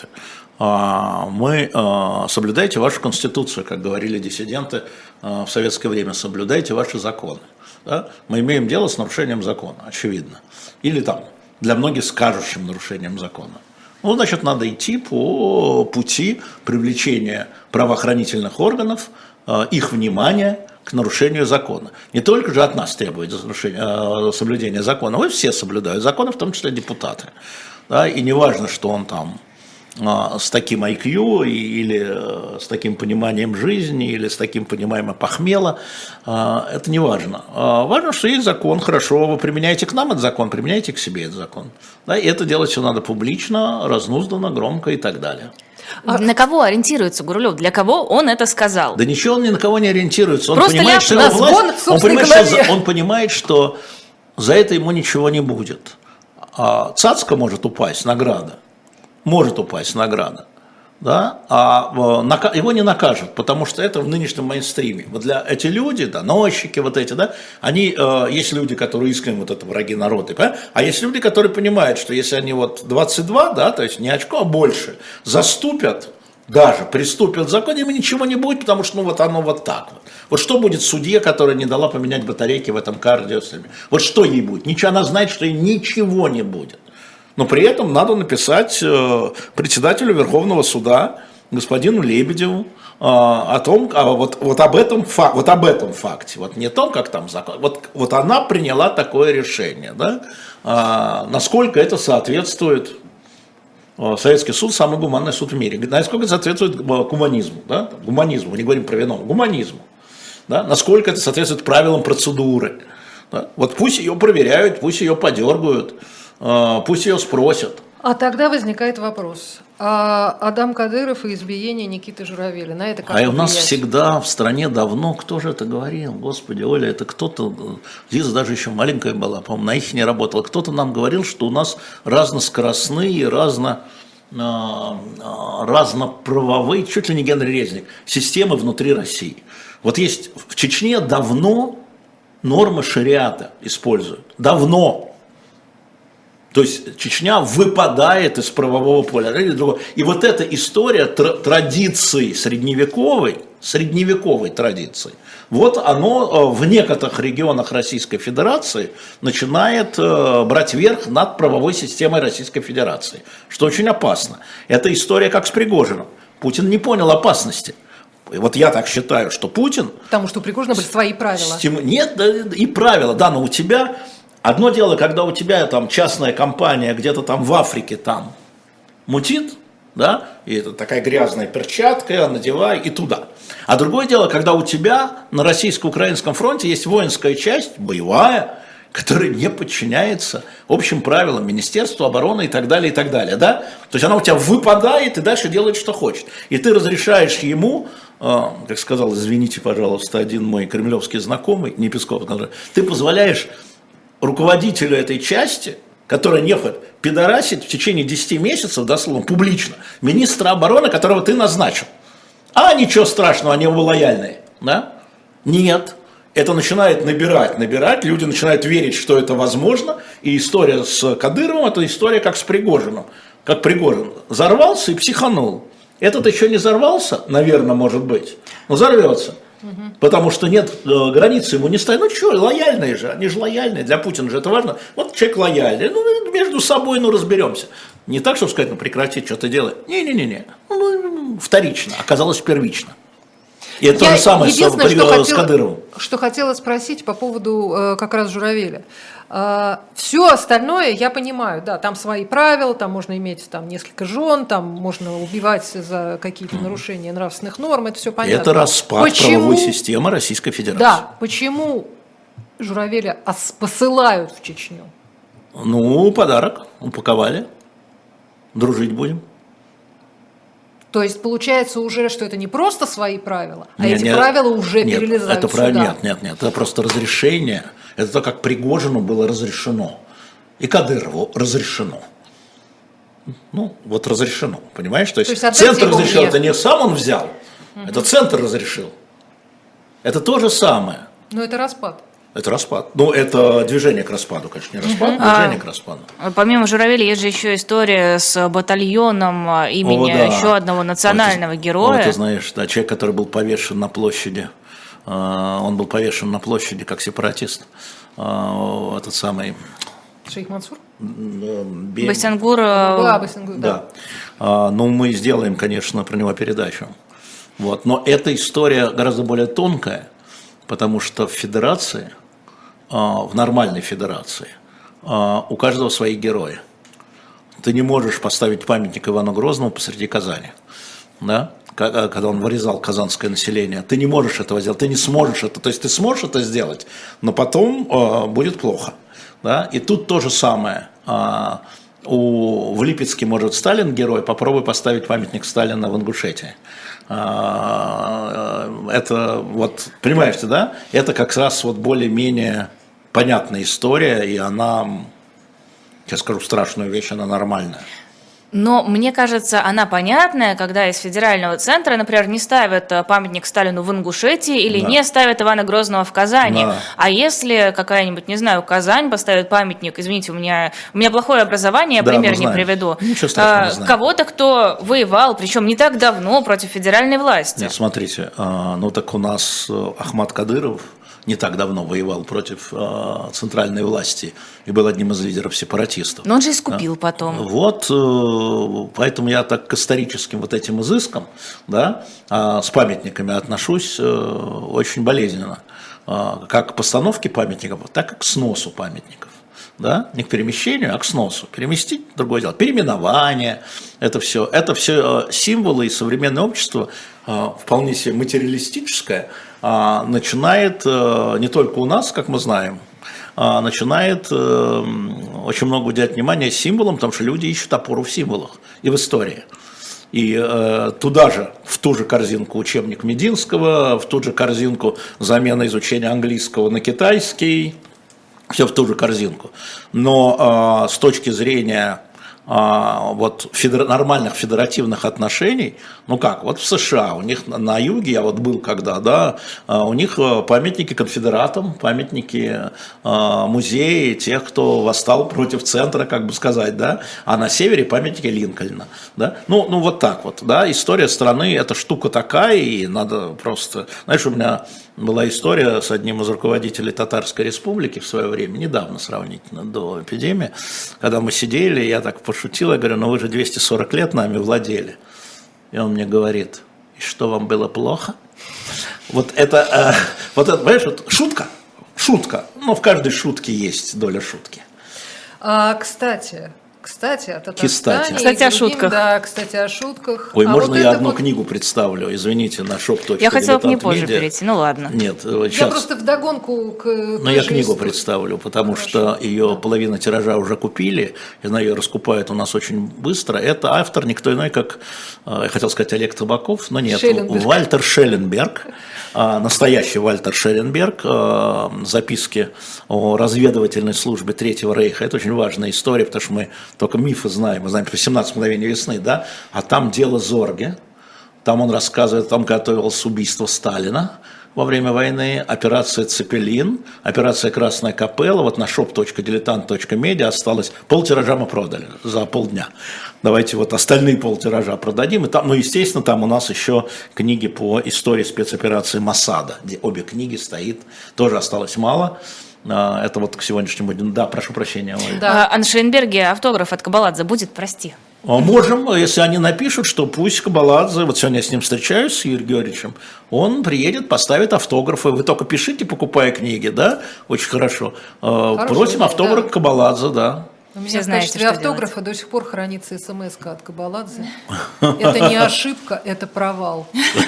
Мы соблюдайте вашу конституцию, как говорили диссиденты в советское время, соблюдайте ваши законы. Да? Мы имеем дело с нарушением закона, очевидно. Или там, для многих, с кажущим нарушением закона. Значит, надо идти по пути привлечения правоохранительных органов, их внимания к нарушению закона. Не только же от нас требует соблюдения закона, вы все соблюдают законы, в том числе депутаты. Да? И не важно, что он там с таким IQ или с таким пониманием жизни, или с таким пониманием похмела, это не важно. Важно, что есть закон, хорошо, вы применяете к нам этот закон, применяйте к себе этот закон. Да? И это делать все надо публично, разнузданно, громко и так далее. На кого ориентируется Гурулев? Для кого он это сказал? Да ничего он ни на кого не ориентируется. Он просто понимает, что он понимает, что за это ему ничего не будет. Цацка может упасть, награда. Да? Его не накажут, потому что это в нынешнем мейнстриме. Вот эти люди, доносчики, они, есть люди, которые искренне это враги народа, а есть люди, которые понимают, что если они 22, да, то есть не очко, а больше, заступят, даже приступят к закону, им ничего не будет, потому что оно вот так вот. Вот что будет судье, которая не дала поменять батарейки в этом кардио? Вот что ей будет? Ничего, она знает, что ей ничего не будет. Но при этом надо написать председателю Верховного суда, господину Лебедеву, о том, об этом факте, не о том, как там закон, вот она приняла такое решение, да? Насколько это соответствует, Советский суд самый гуманный суд в мире, насколько это соответствует гуманизму, да? Гуманизму, мы не говорим про вино, гуманизму, да? Насколько это соответствует правилам процедуры, да? Вот пусть ее проверяют, пусть ее подергают. Пусть ее спросят. А тогда возникает вопрос. Адам Кадыров и избиение Никиты Журавеля. На это как у нас всегда в стране давно, кто же это говорил? Господи, Оля, это кто-то, Лиза даже еще маленькая была, по-моему, на их не работала. Кто-то нам говорил, что у нас разноскоростные, разноправовые, чуть ли не Генри Резник, системы внутри России. Вот есть в Чечне давно нормы шариата используют. Давно. То есть Чечня выпадает из правового поля. И вот эта история традиции средневековой традиции, вот оно в некоторых регионах Российской Федерации начинает брать верх над правовой системой Российской Федерации, что очень опасно. Это история как с Пригожиным. Путин не понял опасности. И вот я так считаю, что Путин... Потому что у Пригожина были свои правила. Нет, и правила, да, но у тебя... Одно дело, когда у тебя там частная компания где-то там в Африке там мутит, да, и это такая грязная перчатка, надевай и туда. А другое дело, когда у тебя на российско-украинском фронте есть воинская часть, боевая, которая не подчиняется общим правилам Министерства обороны и так далее, да? То есть она у тебя выпадает и дальше делает, что хочет. И ты разрешаешь ему, как сказал, извините, пожалуйста, один мой кремлевский знакомый, не Песков, ты позволяешь руководителю этой части, которая не хочет пидорасить в течение 10 месяцев, дословно, публично, министра обороны, которого ты назначил. А ничего страшного, они оба лояльные. Да? Нет. Это начинает набирать, люди начинают верить, что это возможно, и история с Кадыровым – это история как с Пригожиным. Как Пригожин взорвался и психанул. Этот еще не взорвался, наверное, может быть, но взорвется. Потому что нет границы ему не ставят. Ну что, лояльные же, они же лояльные, для Путина же это важно. Вот человек лояльный, ну между собой, ну разберемся. Не так, чтобы сказать, ну прекрати, что ты делаешь. Не-не-не, ну, вторично, оказалось первично. И это то же самое с Кадыровым. Что хотела спросить по поводу как раз Журавеля. Все остальное я понимаю, да, там свои правила, там можно иметь там несколько жен, там можно убивать за какие-то нарушения нравственных норм, это все понятно. Это распад правовой системы Российской Федерации. Да, почему Журавеля посылают в Чечню? Ну, подарок, упаковали, дружить будем. То есть получается уже, что это не просто свои правила, а эти правила уже перелезают сюда. Нет, это просто разрешение. Это то, как Пригожину было разрешено. И Кадырову разрешено. Ну, вот разрешено, понимаешь? То есть центр разрешил, это не сам он взял, это центр разрешил. Это то же самое. Но это распад. Это распад. Ну, это движение к распаду, конечно, не распад, движение к распаду. Помимо Журавеля есть же еще история с батальоном имени еще одного национального героя. Ты знаешь, да, человек, который был повешен на площади, он был повешен на площади как сепаратист. Этот самый... Шейх Мансур? Байсенгур. Байсенгур, да. Ну, мы сделаем, конечно, про него передачу. Вот. Но эта история гораздо более тонкая, потому что в федерации, в нормальной федерации, у каждого свои герои. Ты не можешь поставить памятник Ивану Грозному посреди Казани, да? Когда он вырезал казанское население. Ты не можешь этого сделать, ты не сможешь это. То есть ты сможешь это сделать, но потом будет плохо. Да? И тут то же самое. В Липецке может Сталин герой, попробуй поставить памятник Сталина в Ингушетии. Это вот, понимаете, да? Это как раз вот более-менее понятная история, и она, я скажу страшную вещь, она нормальная. Но мне кажется, она понятная, когда из федерального центра, например, не ставят памятник Сталину в Ингушетии или не ставят Ивана Грозного в Казани. Да. А если какая-нибудь, не знаю, Казань поставит памятник, извините, у меня плохое образование, я пример не приведу, кого-то, кто воевал, причем не так давно, против федеральной власти. Нет, смотрите, ну так у нас Ахмат Кадыров не так давно воевал против центральной власти и был одним из лидеров сепаратистов. Но он же искупил потом. Вот, поэтому я так к историческим вот этим изыскам, да, с памятниками отношусь очень болезненно. Как к постановке памятников, так и к сносу памятников. Да? Не к перемещению, а к сносу. Переместить – другое дело. Переименование – это все символы, и современное общество, вполне себе материалистическое, начинает, не только у нас, как мы знаем, начинает очень много уделять внимания символам, потому что люди ищут опору в символах и в истории. И туда же, в ту же корзинку учебник Мединского, в ту же корзинку замена изучения английского на китайский, все в ту же корзинку. Но с точки зрения вот нормальных федеративных отношений, ну как, вот в США, у них на юге, я вот был когда, да, у них памятники конфедератам, памятники музеи тех, кто восстал против центра, как бы сказать, да, а на севере памятники Линкольна, да, ну вот так вот, да, история страны, эта штука такая, и надо просто, знаешь, у меня была история с одним из руководителей Татарской Республики в свое время, недавно сравнительно, до эпидемии, когда мы сидели, я так пошутил, я говорю, ну вы же 240 лет нами владели. И он мне говорит, и что, вам было плохо? Вот это понимаешь, вот шутка, но в каждой шутке есть доля шутки. Кстати, Кстати, о Татарстане. Кстати, о и другим, шутках. Да, кстати, о шутках. Ой, можно вот я это одну вот... книгу представлю? Извините, на shop.diletant.media. Я хотела к ней позже перейти, ну ладно. Нет, Я сейчас. просто вдогонку к... Но я книгу представлю, потому что ее половина тиража уже купили, и она ее раскупает у нас очень быстро. Это автор никто иной, как, я хотел сказать, Олег Табаков, но нет, Шелленберг. Вальтер Шелленберг, настоящий Вальтер Шелленберг, записки о разведывательной службе Третьего Рейха. Это очень важная история, потому что мы только мифы знаем, мы знаем про 17 мгновений весны, да, а там дело Зорге, там он рассказывает о том, как готовилось убийство Сталина во время войны, операция «Цепелин», операция «Красная капелла», вот на shop.diletant.media осталось, полтиража мы продали за полдня. Давайте вот остальные полтиража продадим. И там, ну, естественно, там у нас еще книги по истории спецоперации Моссада, где обе книги стоит, тоже осталось мало. Это вот к сегодняшнему дню. Да, прошу прощения. Ой. Да. А на Шейнберге автограф от Кабаладзе будет, прости. Можем, если они напишут, что пусть Кабаладзе, вот сегодня я с ним встречаюсь, с Юрием Георгиевичем, он приедет, поставит автографы, вы только пишите, покупая книги, да, очень хорошо. Просим автограф да. Кабаладзе, да. У меня Все в знаете, качестве что автографа до сих пор хранится смс-ка от Кабаладзе. Это не ошибка, это провал.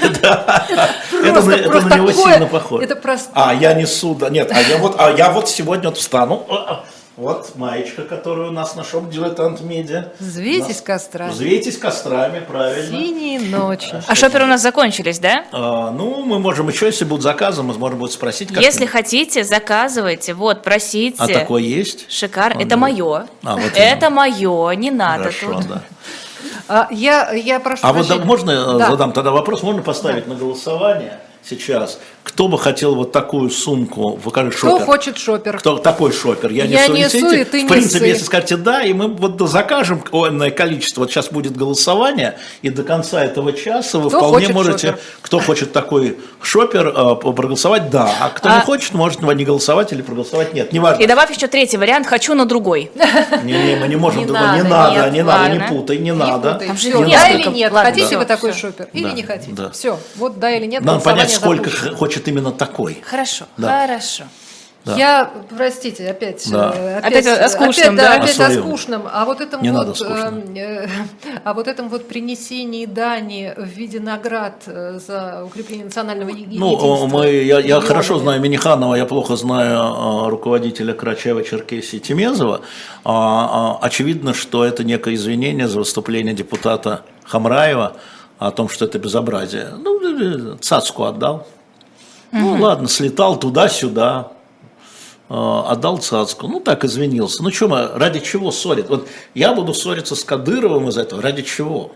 Это на него сильно похоже. Это просто... А я несу, да, нет, а я вот сегодня вот встану, вот маечка, которую у нас на shop.diletant.media. Взвейтесь кострами. Взвейтесь кострами, правильно. Синие ночи. А шоперы у нас закончились, да? Ну, мы можем еще, если будут заказы, мы можем будет спросить. Если хотите, заказывайте, вот, просите. А такое есть? Шикар, это мое. Вот это мое, не надо Хорошо, тут. да. Я прошу А вот прощения. можно Да. задам тогда вопрос, можно поставить на голосование сейчас? Кто бы хотел вот такую сумку, покажи Кто шопер. хочет шопер? Кто такой шопер? Я Я несу, несу, и ты в принципе, неси. если скажете да, и мы вот закажем энное количество, вот сейчас будет голосование, и до конца этого часа вы Кто вполне хочет можете, шопер? кто хочет такой шопер, проголосовать да, а кто не хочет, может не голосовать или проголосовать нет, неважно. И добавь еще третий вариант, хочу, но другой. Не, мы не можем Не другого, надо, не надо, нет, не надо, ладно. не путай, не надо. путай. Там же Всё, несколько. да или нет? Ладно, Хотите да. вы такой Всё. шопер или Да, не хотите? да. Все, вот да или нет. Надо понять, голосование сколько запущено. хочет именно такой. Хорошо, Да. хорошо. Да. Я, простите, опять, Да. Опять о скучном, да? опять О о своем. скучном. А вот этом Не вот, надо скучно. а вот этом вот принесении дани в виде наград за укрепление национального единства. Ну, я регионами. хорошо знаю Миниханова, я плохо знаю руководителя Карачаева-Черкесии Тимезова. Очевидно, что это некое извинение за выступление депутата Хамраева о том, что это безобразие. Ну, цацку отдал. Ну, ладно, слетал туда-сюда, отдал цацку. Ну, так извинился. Ну, что, ради чего ссорить? Вот я буду ссориться с Кадыровым из этого. Ради чего?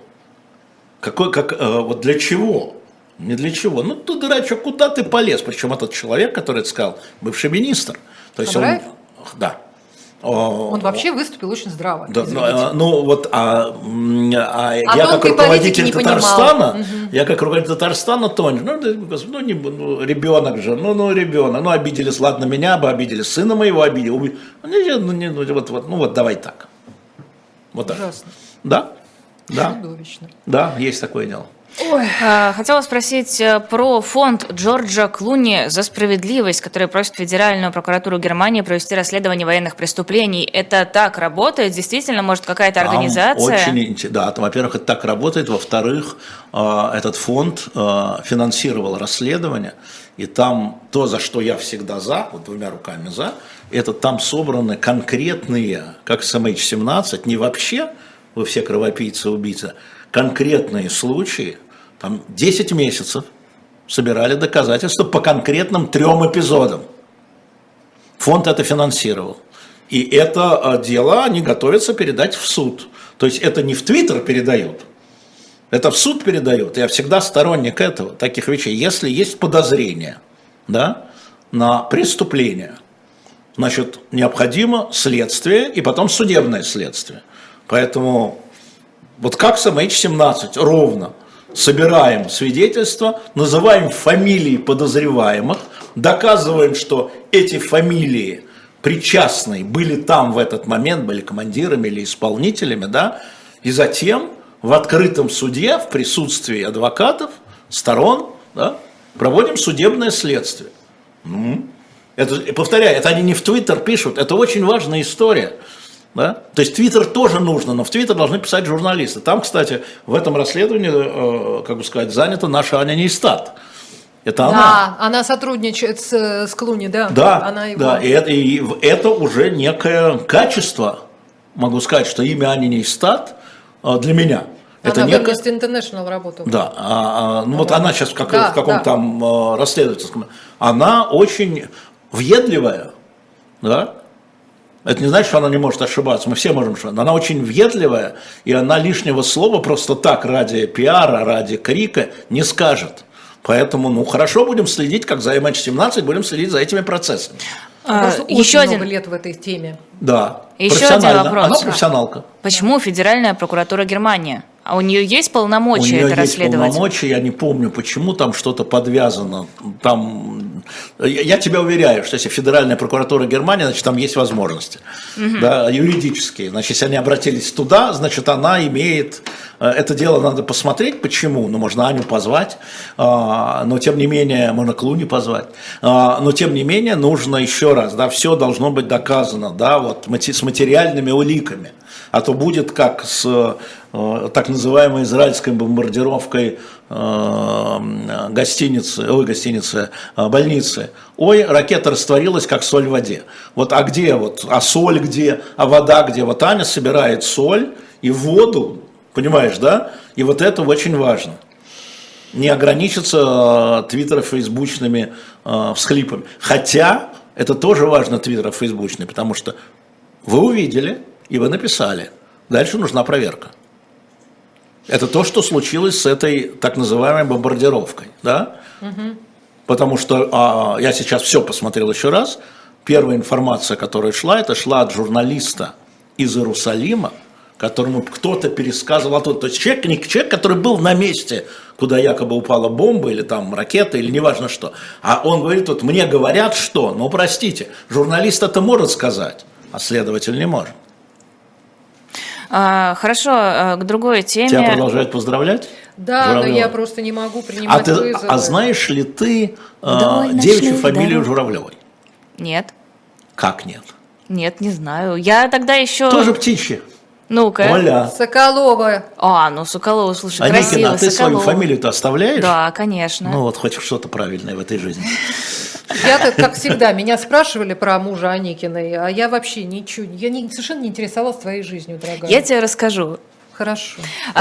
Вот для чего? Не для чего. Ну, ты, дурачок, куда ты полез? Причем этот человек, который это сказал, бывший министр. То есть Хамраев? Да. Он вообще выступил очень здраво. Да, извините. ну вот, я как тонкой политики руководитель не Татарстана, я как руководитель Татарстана, ребенок же, ребенок, обиделись, ладно, меня бы обидели, сына моего обидели, вот давай так. Вот так. Ужасно. Да, Чудовищно. да, есть такое дело. Хотела спросить про фонд Джорджа Клуни за справедливость, который просит Федеральную прокуратуру Германии провести расследование военных преступлений. Это так работает? Действительно, может, какая-то организация? Да, во-первых, это так работает. Во-вторых, этот фонд финансировал расследование. И там то, за что я всегда за, вот двумя руками за, это там собраны конкретные, как с MH17, не вообще, вы все кровопийцы, убийцы, конкретные случаи, там 10 месяцев собирали доказательства по конкретным 3 эпизодам. Фонд это финансировал. И это дело они готовятся передать в суд. То есть это не в Твиттер передают, это в суд передают. Я всегда сторонник этого, таких вещей. Если есть подозрение, да, на преступление, значит, необходимо следствие и потом судебное следствие. Поэтому вот как с MH17, ровно. Собираем свидетельства, называем фамилии подозреваемых, доказываем, что эти фамилии причастные были там в этот момент, были командирами или исполнителями, да, и затем в открытом суде, в присутствии адвокатов, сторон, да, проводим судебное следствие. Это, повторяю, это они не в Твиттер пишут, это очень важная история. Да? То есть Твиттер тоже нужно, но в Твиттер должны писать журналисты. Там, кстати, в этом расследовании, как бы сказать, занята наша Аня Нейстат. Это она. Да, она сотрудничает с Клуни, да. Да, она его... да, и это уже некое качество, могу сказать, что имя Ани Нейстат для меня. Это Она в некое... Amnesty International работала. Да, ну вот она сейчас в каком-то да. там расследовательском... Она очень въедливая, да? Это не значит, что она не может ошибаться, мы все можем ошибаться. Она очень въедливая, и она лишнего слова просто так ради пиара, ради крика не скажет. Поэтому, ну, хорошо, будем следить, как за MH17, будем следить за этими процессами. Еще очень много лет в этой теме. Да, еще один вопрос. Она профессионалка. Почему Федеральная прокуратура Германии? А у нее есть полномочия это расследовать? У нее есть полномочия, я не помню, почему там что-то подвязано. Там, я тебя уверяю, что если Федеральная прокуратура Германии, значит, там есть возможности, да, юридические. Значит, если они обратились туда, значит, она имеет... Это дело надо посмотреть, почему. Ну, можно Аню позвать, но тем не менее, можно Клуни позвать. Но тем не менее, нужно еще раз, да, все должно быть доказано, да, вот с материальными уликами. А то будет как с так называемой израильской бомбардировкой больницы. Ой, ракета растворилась, как соль в воде. Вот, а где, вот, а соль где, а вода где? Вот Аня собирает соль и воду, понимаешь, да? И вот это очень важно. Не ограничиться твиттеро-фейсбучными всхлипами. Хотя, это тоже важно, твиттеро-фейсбучные, потому что вы увидели и вы написали. Дальше нужна проверка. Это то, что случилось с этой так называемой бомбардировкой, да? Потому что я сейчас все посмотрел еще раз. Первая информация, которая шла, это шла от журналиста из Иерусалима, которому кто-то пересказывал. То есть человек, который был на месте, куда якобы упала бомба или там ракета, или неважно что. А он говорит, вот мне говорят, что, ну простите, журналист это может сказать, а следователь не может. Хорошо, к другой теме. Тебя продолжают поздравлять? Да, Журавлева? но я просто не могу принимать вызовы. А знаешь ли ты девичью фамилию Журавлевой? Нет. Как нет? Нет, не знаю. Я тогда еще... Тоже птичья. Ну-ка. Оля. Соколова. Ну Соколова, слушай, Аникина, красиво, а ты Соколова. свою фамилию-то оставляешь? Да, конечно. Ну вот, хоть что-то правильное в этой жизни. Я-то, как всегда, меня спрашивали про мужа Аникиной, а я вообще ничего, совершенно не интересовалась твоей жизнью, дорогая. Я тебе расскажу. Хорошо.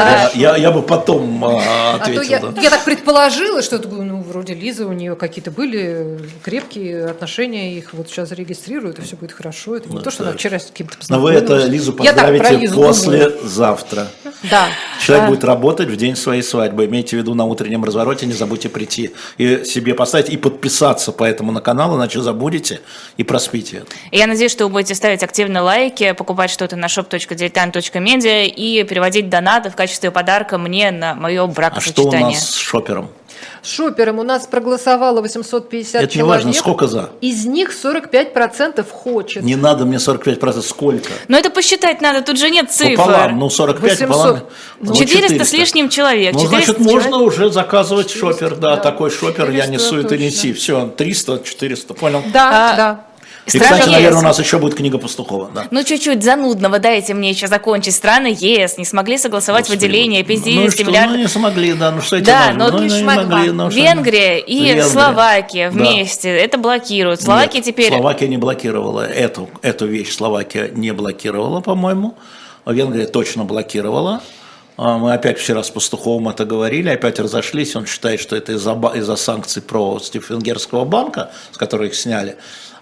Я бы потом ответил. Я так предположила, что вроде Лиза, у нее какие-то были крепкие отношения, их вот сейчас зарегистрируют, и все будет хорошо. Это не то, что она вчера с кем-то Но вы познакомилась. это Лизу поздравите послезавтра. Да. Человек будет работать в день своей свадьбы. Имейте в виду, на утреннем развороте не забудьте прийти и себе поставить, и подписаться поэтому на канал, иначе забудете и проспите это. Я надеюсь, что вы будете ставить активно лайки, покупать что-то на shop.diletant.media и переводить донаты в качестве подарка мне на мое бракосочетание. А что у нас с шопером? С шопером у нас проголосовало 850 человек. Это не важно, сколько за? Из них 45% хочет. Не надо мне 45%, сколько? Но это посчитать надо, тут же нет цифр. Пополам, 45 пополам. 400 с лишним человек. Ну, значит, можно уже заказывать шопер, да, такой шопер, 400 я несу и ты точно. неси. Все, 300, 400, понял? Да. И, кстати, наверное, у нас еще будет книга Пастухова. Да. Ну, чуть-чуть занудного, дайте мне еще закончить. Страны ЕС не смогли согласовать выделение 50 миллиардов. Ну, не смогли, да, что эти да, но не могли. Венгрия и Словакия вместе это блокируют. Словакия Нет, теперь... Словакия не блокировала эту вещь, Словакия не блокировала, по-моему. Венгрия точно блокировала. Мы опять вчера с Пастуховым это говорили, опять разошлись. Он считает, что это из-за санкций против венгерского банка, с которых их сняли.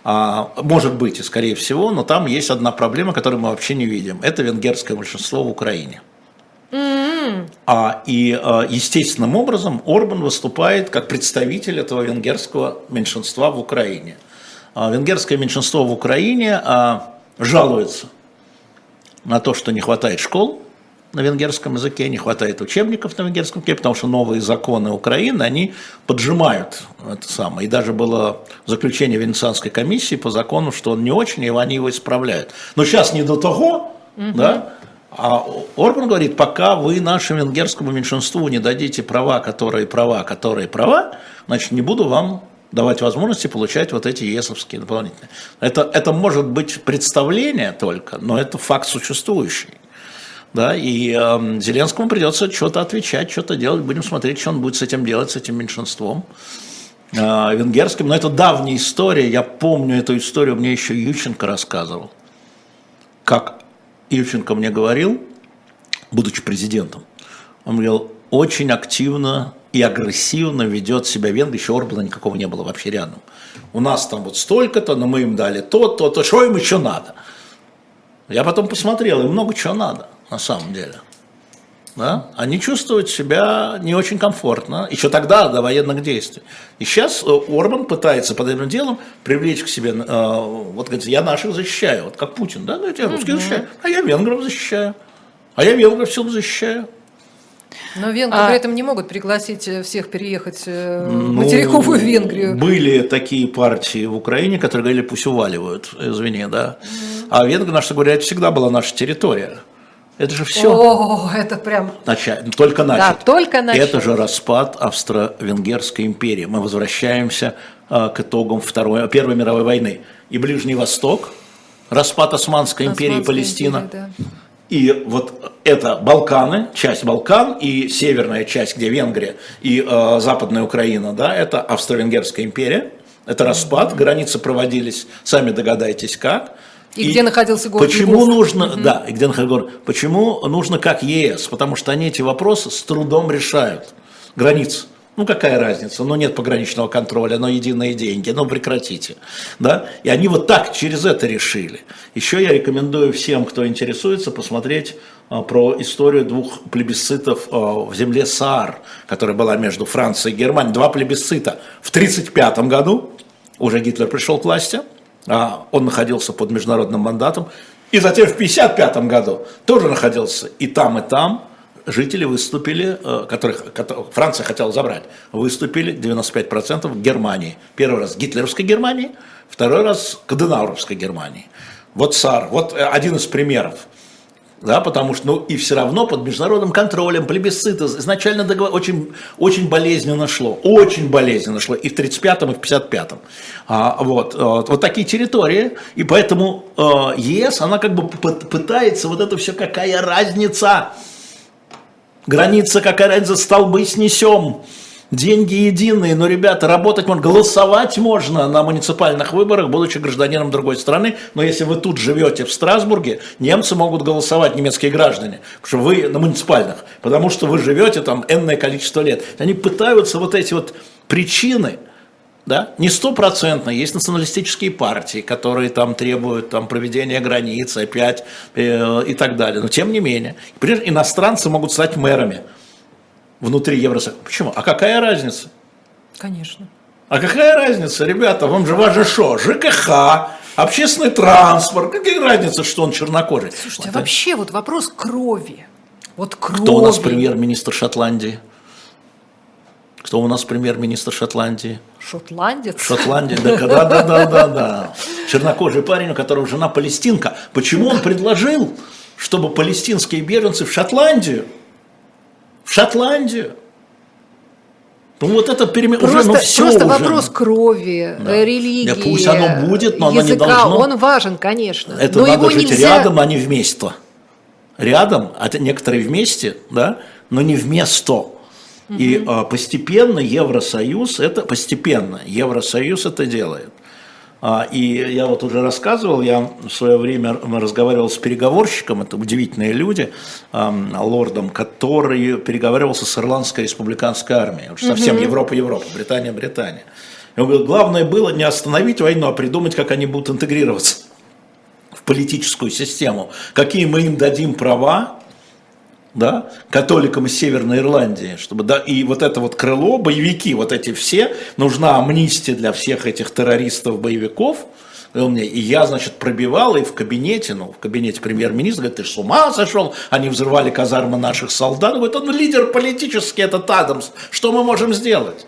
Может быть, и скорее всего, но там есть одна проблема, которую мы вообще не видим. Это венгерское большинство в Украине. И естественным образом Орбан выступает как представитель этого венгерского меньшинства в Украине. Венгерское меньшинство в Украине жалуется на то, что не хватает школ на венгерском языке, не хватает учебников на венгерском языке, потому что новые законы Украины, они поджимают это самое. И даже было заключение Венецианской комиссии по закону, что он не очень, и они его исправляют. Но сейчас не до того, да? А Орбан говорит, пока вы нашему венгерскому меньшинству не дадите права, значит, не буду вам давать возможности получать вот эти ЕСовские дополнительные. Это может быть представление только, но это факт существующий. Да, и Зеленскому придется что-то отвечать, что-то делать. Будем смотреть, что он будет с этим делать, с этим меньшинством венгерским. Но это давняя история. Я помню эту историю, мне еще Ющенко рассказывал. Как Ющенко мне говорил, будучи президентом, он говорил, очень активно и агрессивно ведет себя Венгрия. Еще Орбана никакого не было вообще рядом. У нас там вот столько-то, но мы им дали то, что им еще надо. Я потом посмотрел, им много чего надо. На самом деле. Да? Они чувствуют себя не очень комфортно, еще тогда, до военных действий. И сейчас Орбан пытается под этим делом привлечь к себе, вот говорит, я наших защищаю, вот как Путин, да, я русских защищаю, а я венгров защищаю, а я венгров всюду защищаю. Но венгры при этом не могут пригласить всех переехать в материковую Венгрию. Были такие партии в Украине, которые говорили, пусть уваливают, извини, да. А венгры, наши говорят, это всегда была наша территория. Это же все. О, это прям... Только начат. Да, только начат. Это же распад Австро-Венгерской империи. Мы возвращаемся к итогам Первой мировой войны. И Ближний Восток, распад Османской империи, Палестина. Да. И вот это Балканы, часть Балкан и северная часть, где Венгрия и Западная Украина, да, это Австро-Венгерская империя. Это распад, границы проводились, сами догадайтесь как. И где находился город почему Львов? нужно, да, и где находился город? Почему нужно как ЕС? Потому что они эти вопросы с трудом решают. Границы. Ну какая разница? Ну нет пограничного контроля, но единые деньги, ну прекратите. Да? И они вот так через это решили. Еще я рекомендую всем, кто интересуется, посмотреть про историю двух плебисцитов в земле Саар, которая была между Францией и Германией. Два плебисцита. В 1935 году уже Гитлер пришел к власти. Он находился под международным мандатом, и затем в 1955 году тоже находился и там жители выступили, которых Франция хотела забрать, выступили 95% Германии. Первый раз гитлеровской Германии, второй раз Каденауровской Германии. Вот Саар, вот один из примеров. Да, потому что, и все равно под международным контролем плебисциты изначально очень, очень болезненно шло, и в 1935-м, и в 1955-м. Вот такие территории, и поэтому ЕС, она как бы пытается вот это все, какая разница, граница, какая разница, столбы снесем. Деньги единые, но, ребята, работать можно, голосовать можно на муниципальных выборах, будучи гражданином другой страны, но если вы тут живете в Страсбурге, немцы могут голосовать, немецкие граждане, потому что вы на муниципальных, потому что вы живете там энное количество лет. Они пытаются вот эти вот причины, да, не стопроцентно, есть националистические партии, которые там требуют там, проведения границ опять и так далее, но тем не менее, например, иностранцы могут стать мэрами внутри Евросоюза. Почему? А какая разница? Конечно. А какая разница, ребята? Вам же важно что? ЖКХ, общественный транспорт. Какая разница, что он чернокожий? Слушайте, вот вообще вот вопрос крови. Вот крови. Кто у нас премьер-министр Шотландии? Кто у нас премьер-министр Шотландии? Шотландец? Шотландия, да. Чернокожий парень, у которого жена палестинка. Почему он предложил, чтобы палестинские беженцы в Шотландию? В Шотландию. Ну вот это просто вопрос крови, религии, да, пусть оно будет, но языка, оно не должно. Он важен, конечно. Это но надо его жить нельзя... рядом, а не вместе. Рядом, а некоторые вместе, да, но не вместо. И постепенно Евросоюз это делает. И я вот уже рассказывал, я в свое время разговаривал с переговорщиком, это удивительные люди, лордом, который переговаривался с Ирландской республиканской армией, уже совсем Европа, Британия. И он говорил, главное было не остановить войну, а придумать, как они будут интегрироваться в политическую систему, какие мы им дадим права, да, католикам из Северной Ирландии, чтобы, да, и вот это вот крыло, боевики, вот эти все, нужна амнистия для всех этих террористов-боевиков, и я, значит, пробивал, и в кабинете премьер-министра, говорит, ты ж с ума сошел, они взрывали казармы наших солдат, говорит, он лидер политический, этот Адамс, что мы можем сделать?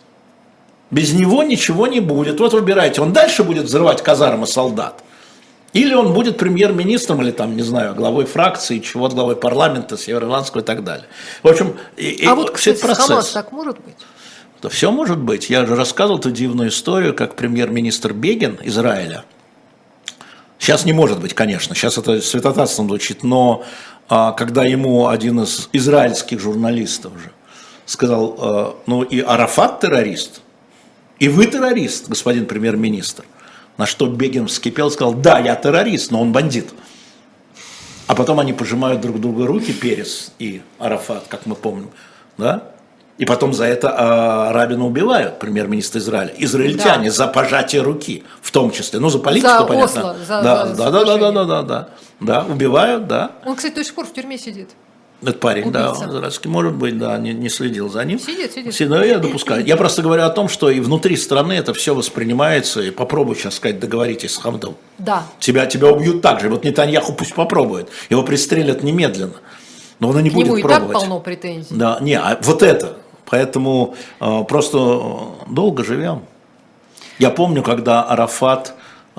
Без него ничего не будет, вот выбирайте, он дальше будет взрывать казармы солдат, или он будет премьер-министром, или там, не знаю, главой фракции, главой парламента, Североирландского и так далее. В общем, вот, кстати, с Хамас так может быть? то все может быть. Я же рассказывал эту дивную историю, как премьер-министр Бегин Израиля. Сейчас не может быть, конечно, сейчас это святотатством звучит, но когда ему один из израильских журналистов же сказал, ну и Арафат террорист, и вы террорист, господин премьер-министр, на что Бегин вскипел и сказал, да, я террорист, но он бандит. А потом они пожимают друг другу руки, Перес и Арафат, как мы помним, да? И потом за это Рабина убивают, премьер-министр Израиля. Израильтяне за пожатие руки, в том числе. Ну, за политику, за понятно. Осло, Да, убивают, да. Он, кстати, до сих пор в тюрьме сидит. Этот парень, Убийца. да, израильский, может быть, да, не следил за ним. Сидит. Да, я допускаю. Я просто говорю о том, что и внутри страны это все воспринимается, и попробуй сейчас сказать, договоритесь с Хамдом. Да. Тебя убьют так же. Вот Нетаньяху пусть попробует. Его пристрелят немедленно. Но он и не будет К нему пробовать. и так полно претензий. Да, вот это. Поэтому просто долго живем. Я помню, когда Арафат,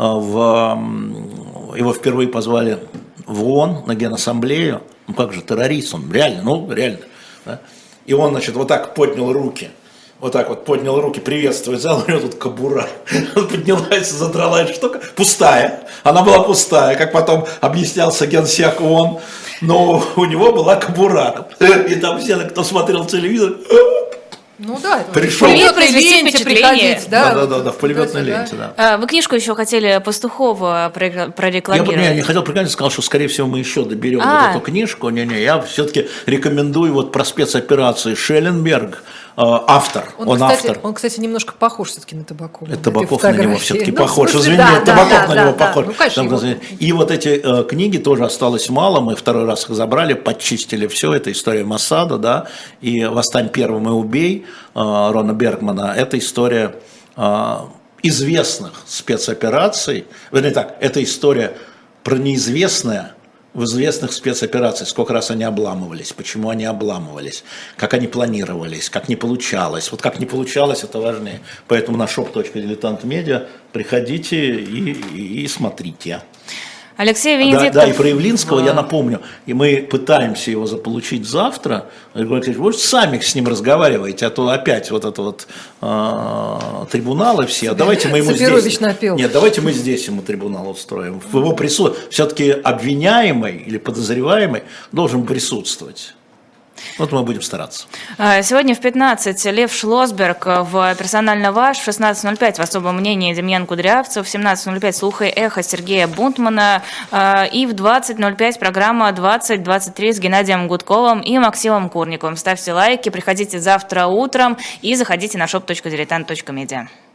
его впервые позвали в ООН на Генассамблею, ну как же, террорист он, реально. Да? И он, значит, вот так поднял руки, приветствует зал, у него тут кобура. Он поднялась, задрала эту штуку, пустая, она была пустая, как потом объяснялся генсек ООН, но у него была кобура. И там все, кто смотрел телевизор, Ну да, это пришел. в пулеметной Произвести ленте впечатление. приходить, да? Да, в пулеметной ленте, да. Вы книжку еще хотели Пастухова прорекламировать? Я не хотел прикольно, сказал, что, скорее всего, мы еще доберем вот эту книжку. Я все-таки рекомендую вот про спецоперации Шелленберг, автор. Он, кстати, немножко похож все-таки на Табакова. Табаков на него все-таки похож. Ну, Извини, Табаков на него похож. Ну, конечно, И вот эти книги тоже осталось мало. Мы второй раз их забрали, подчистили все. Это история Моссада, да, и «Восстань первым и убей» Рона Бергмана. Это история известных спецопераций. Вернее так, это история про неизвестное в известных спецоперациях, сколько раз они обламывались, почему они обламывались, как они планировались, как не получалось. Вот как не получалось, это важнее. Поэтому на shop.diletant.media приходите и смотрите. Алексей Венедиктов. Да, и про Явлинского я напомню. И мы пытаемся его заполучить завтра. Григорий Алексеевич, вы сами с ним разговариваете, а то опять вот это вот трибуналы все. Давайте мы ему здесь... Нет, давайте мы здесь ему трибунал устроим. В его присутствии все-таки обвиняемый или подозреваемый должен присутствовать. Вот мы будем стараться. Сегодня в 15 Лев Шлосберг в «Персонально ваш», в 16:05 в «Особом мнении» Демьян Кудрявцев, в 17:05 «Слух и эхо» Сергея Бунтмана и в 20:05 программа 2023 с Геннадием Гудковым и Максимом Курниковым. Ставьте лайки, приходите завтра утром и заходите на shop.diletant.media.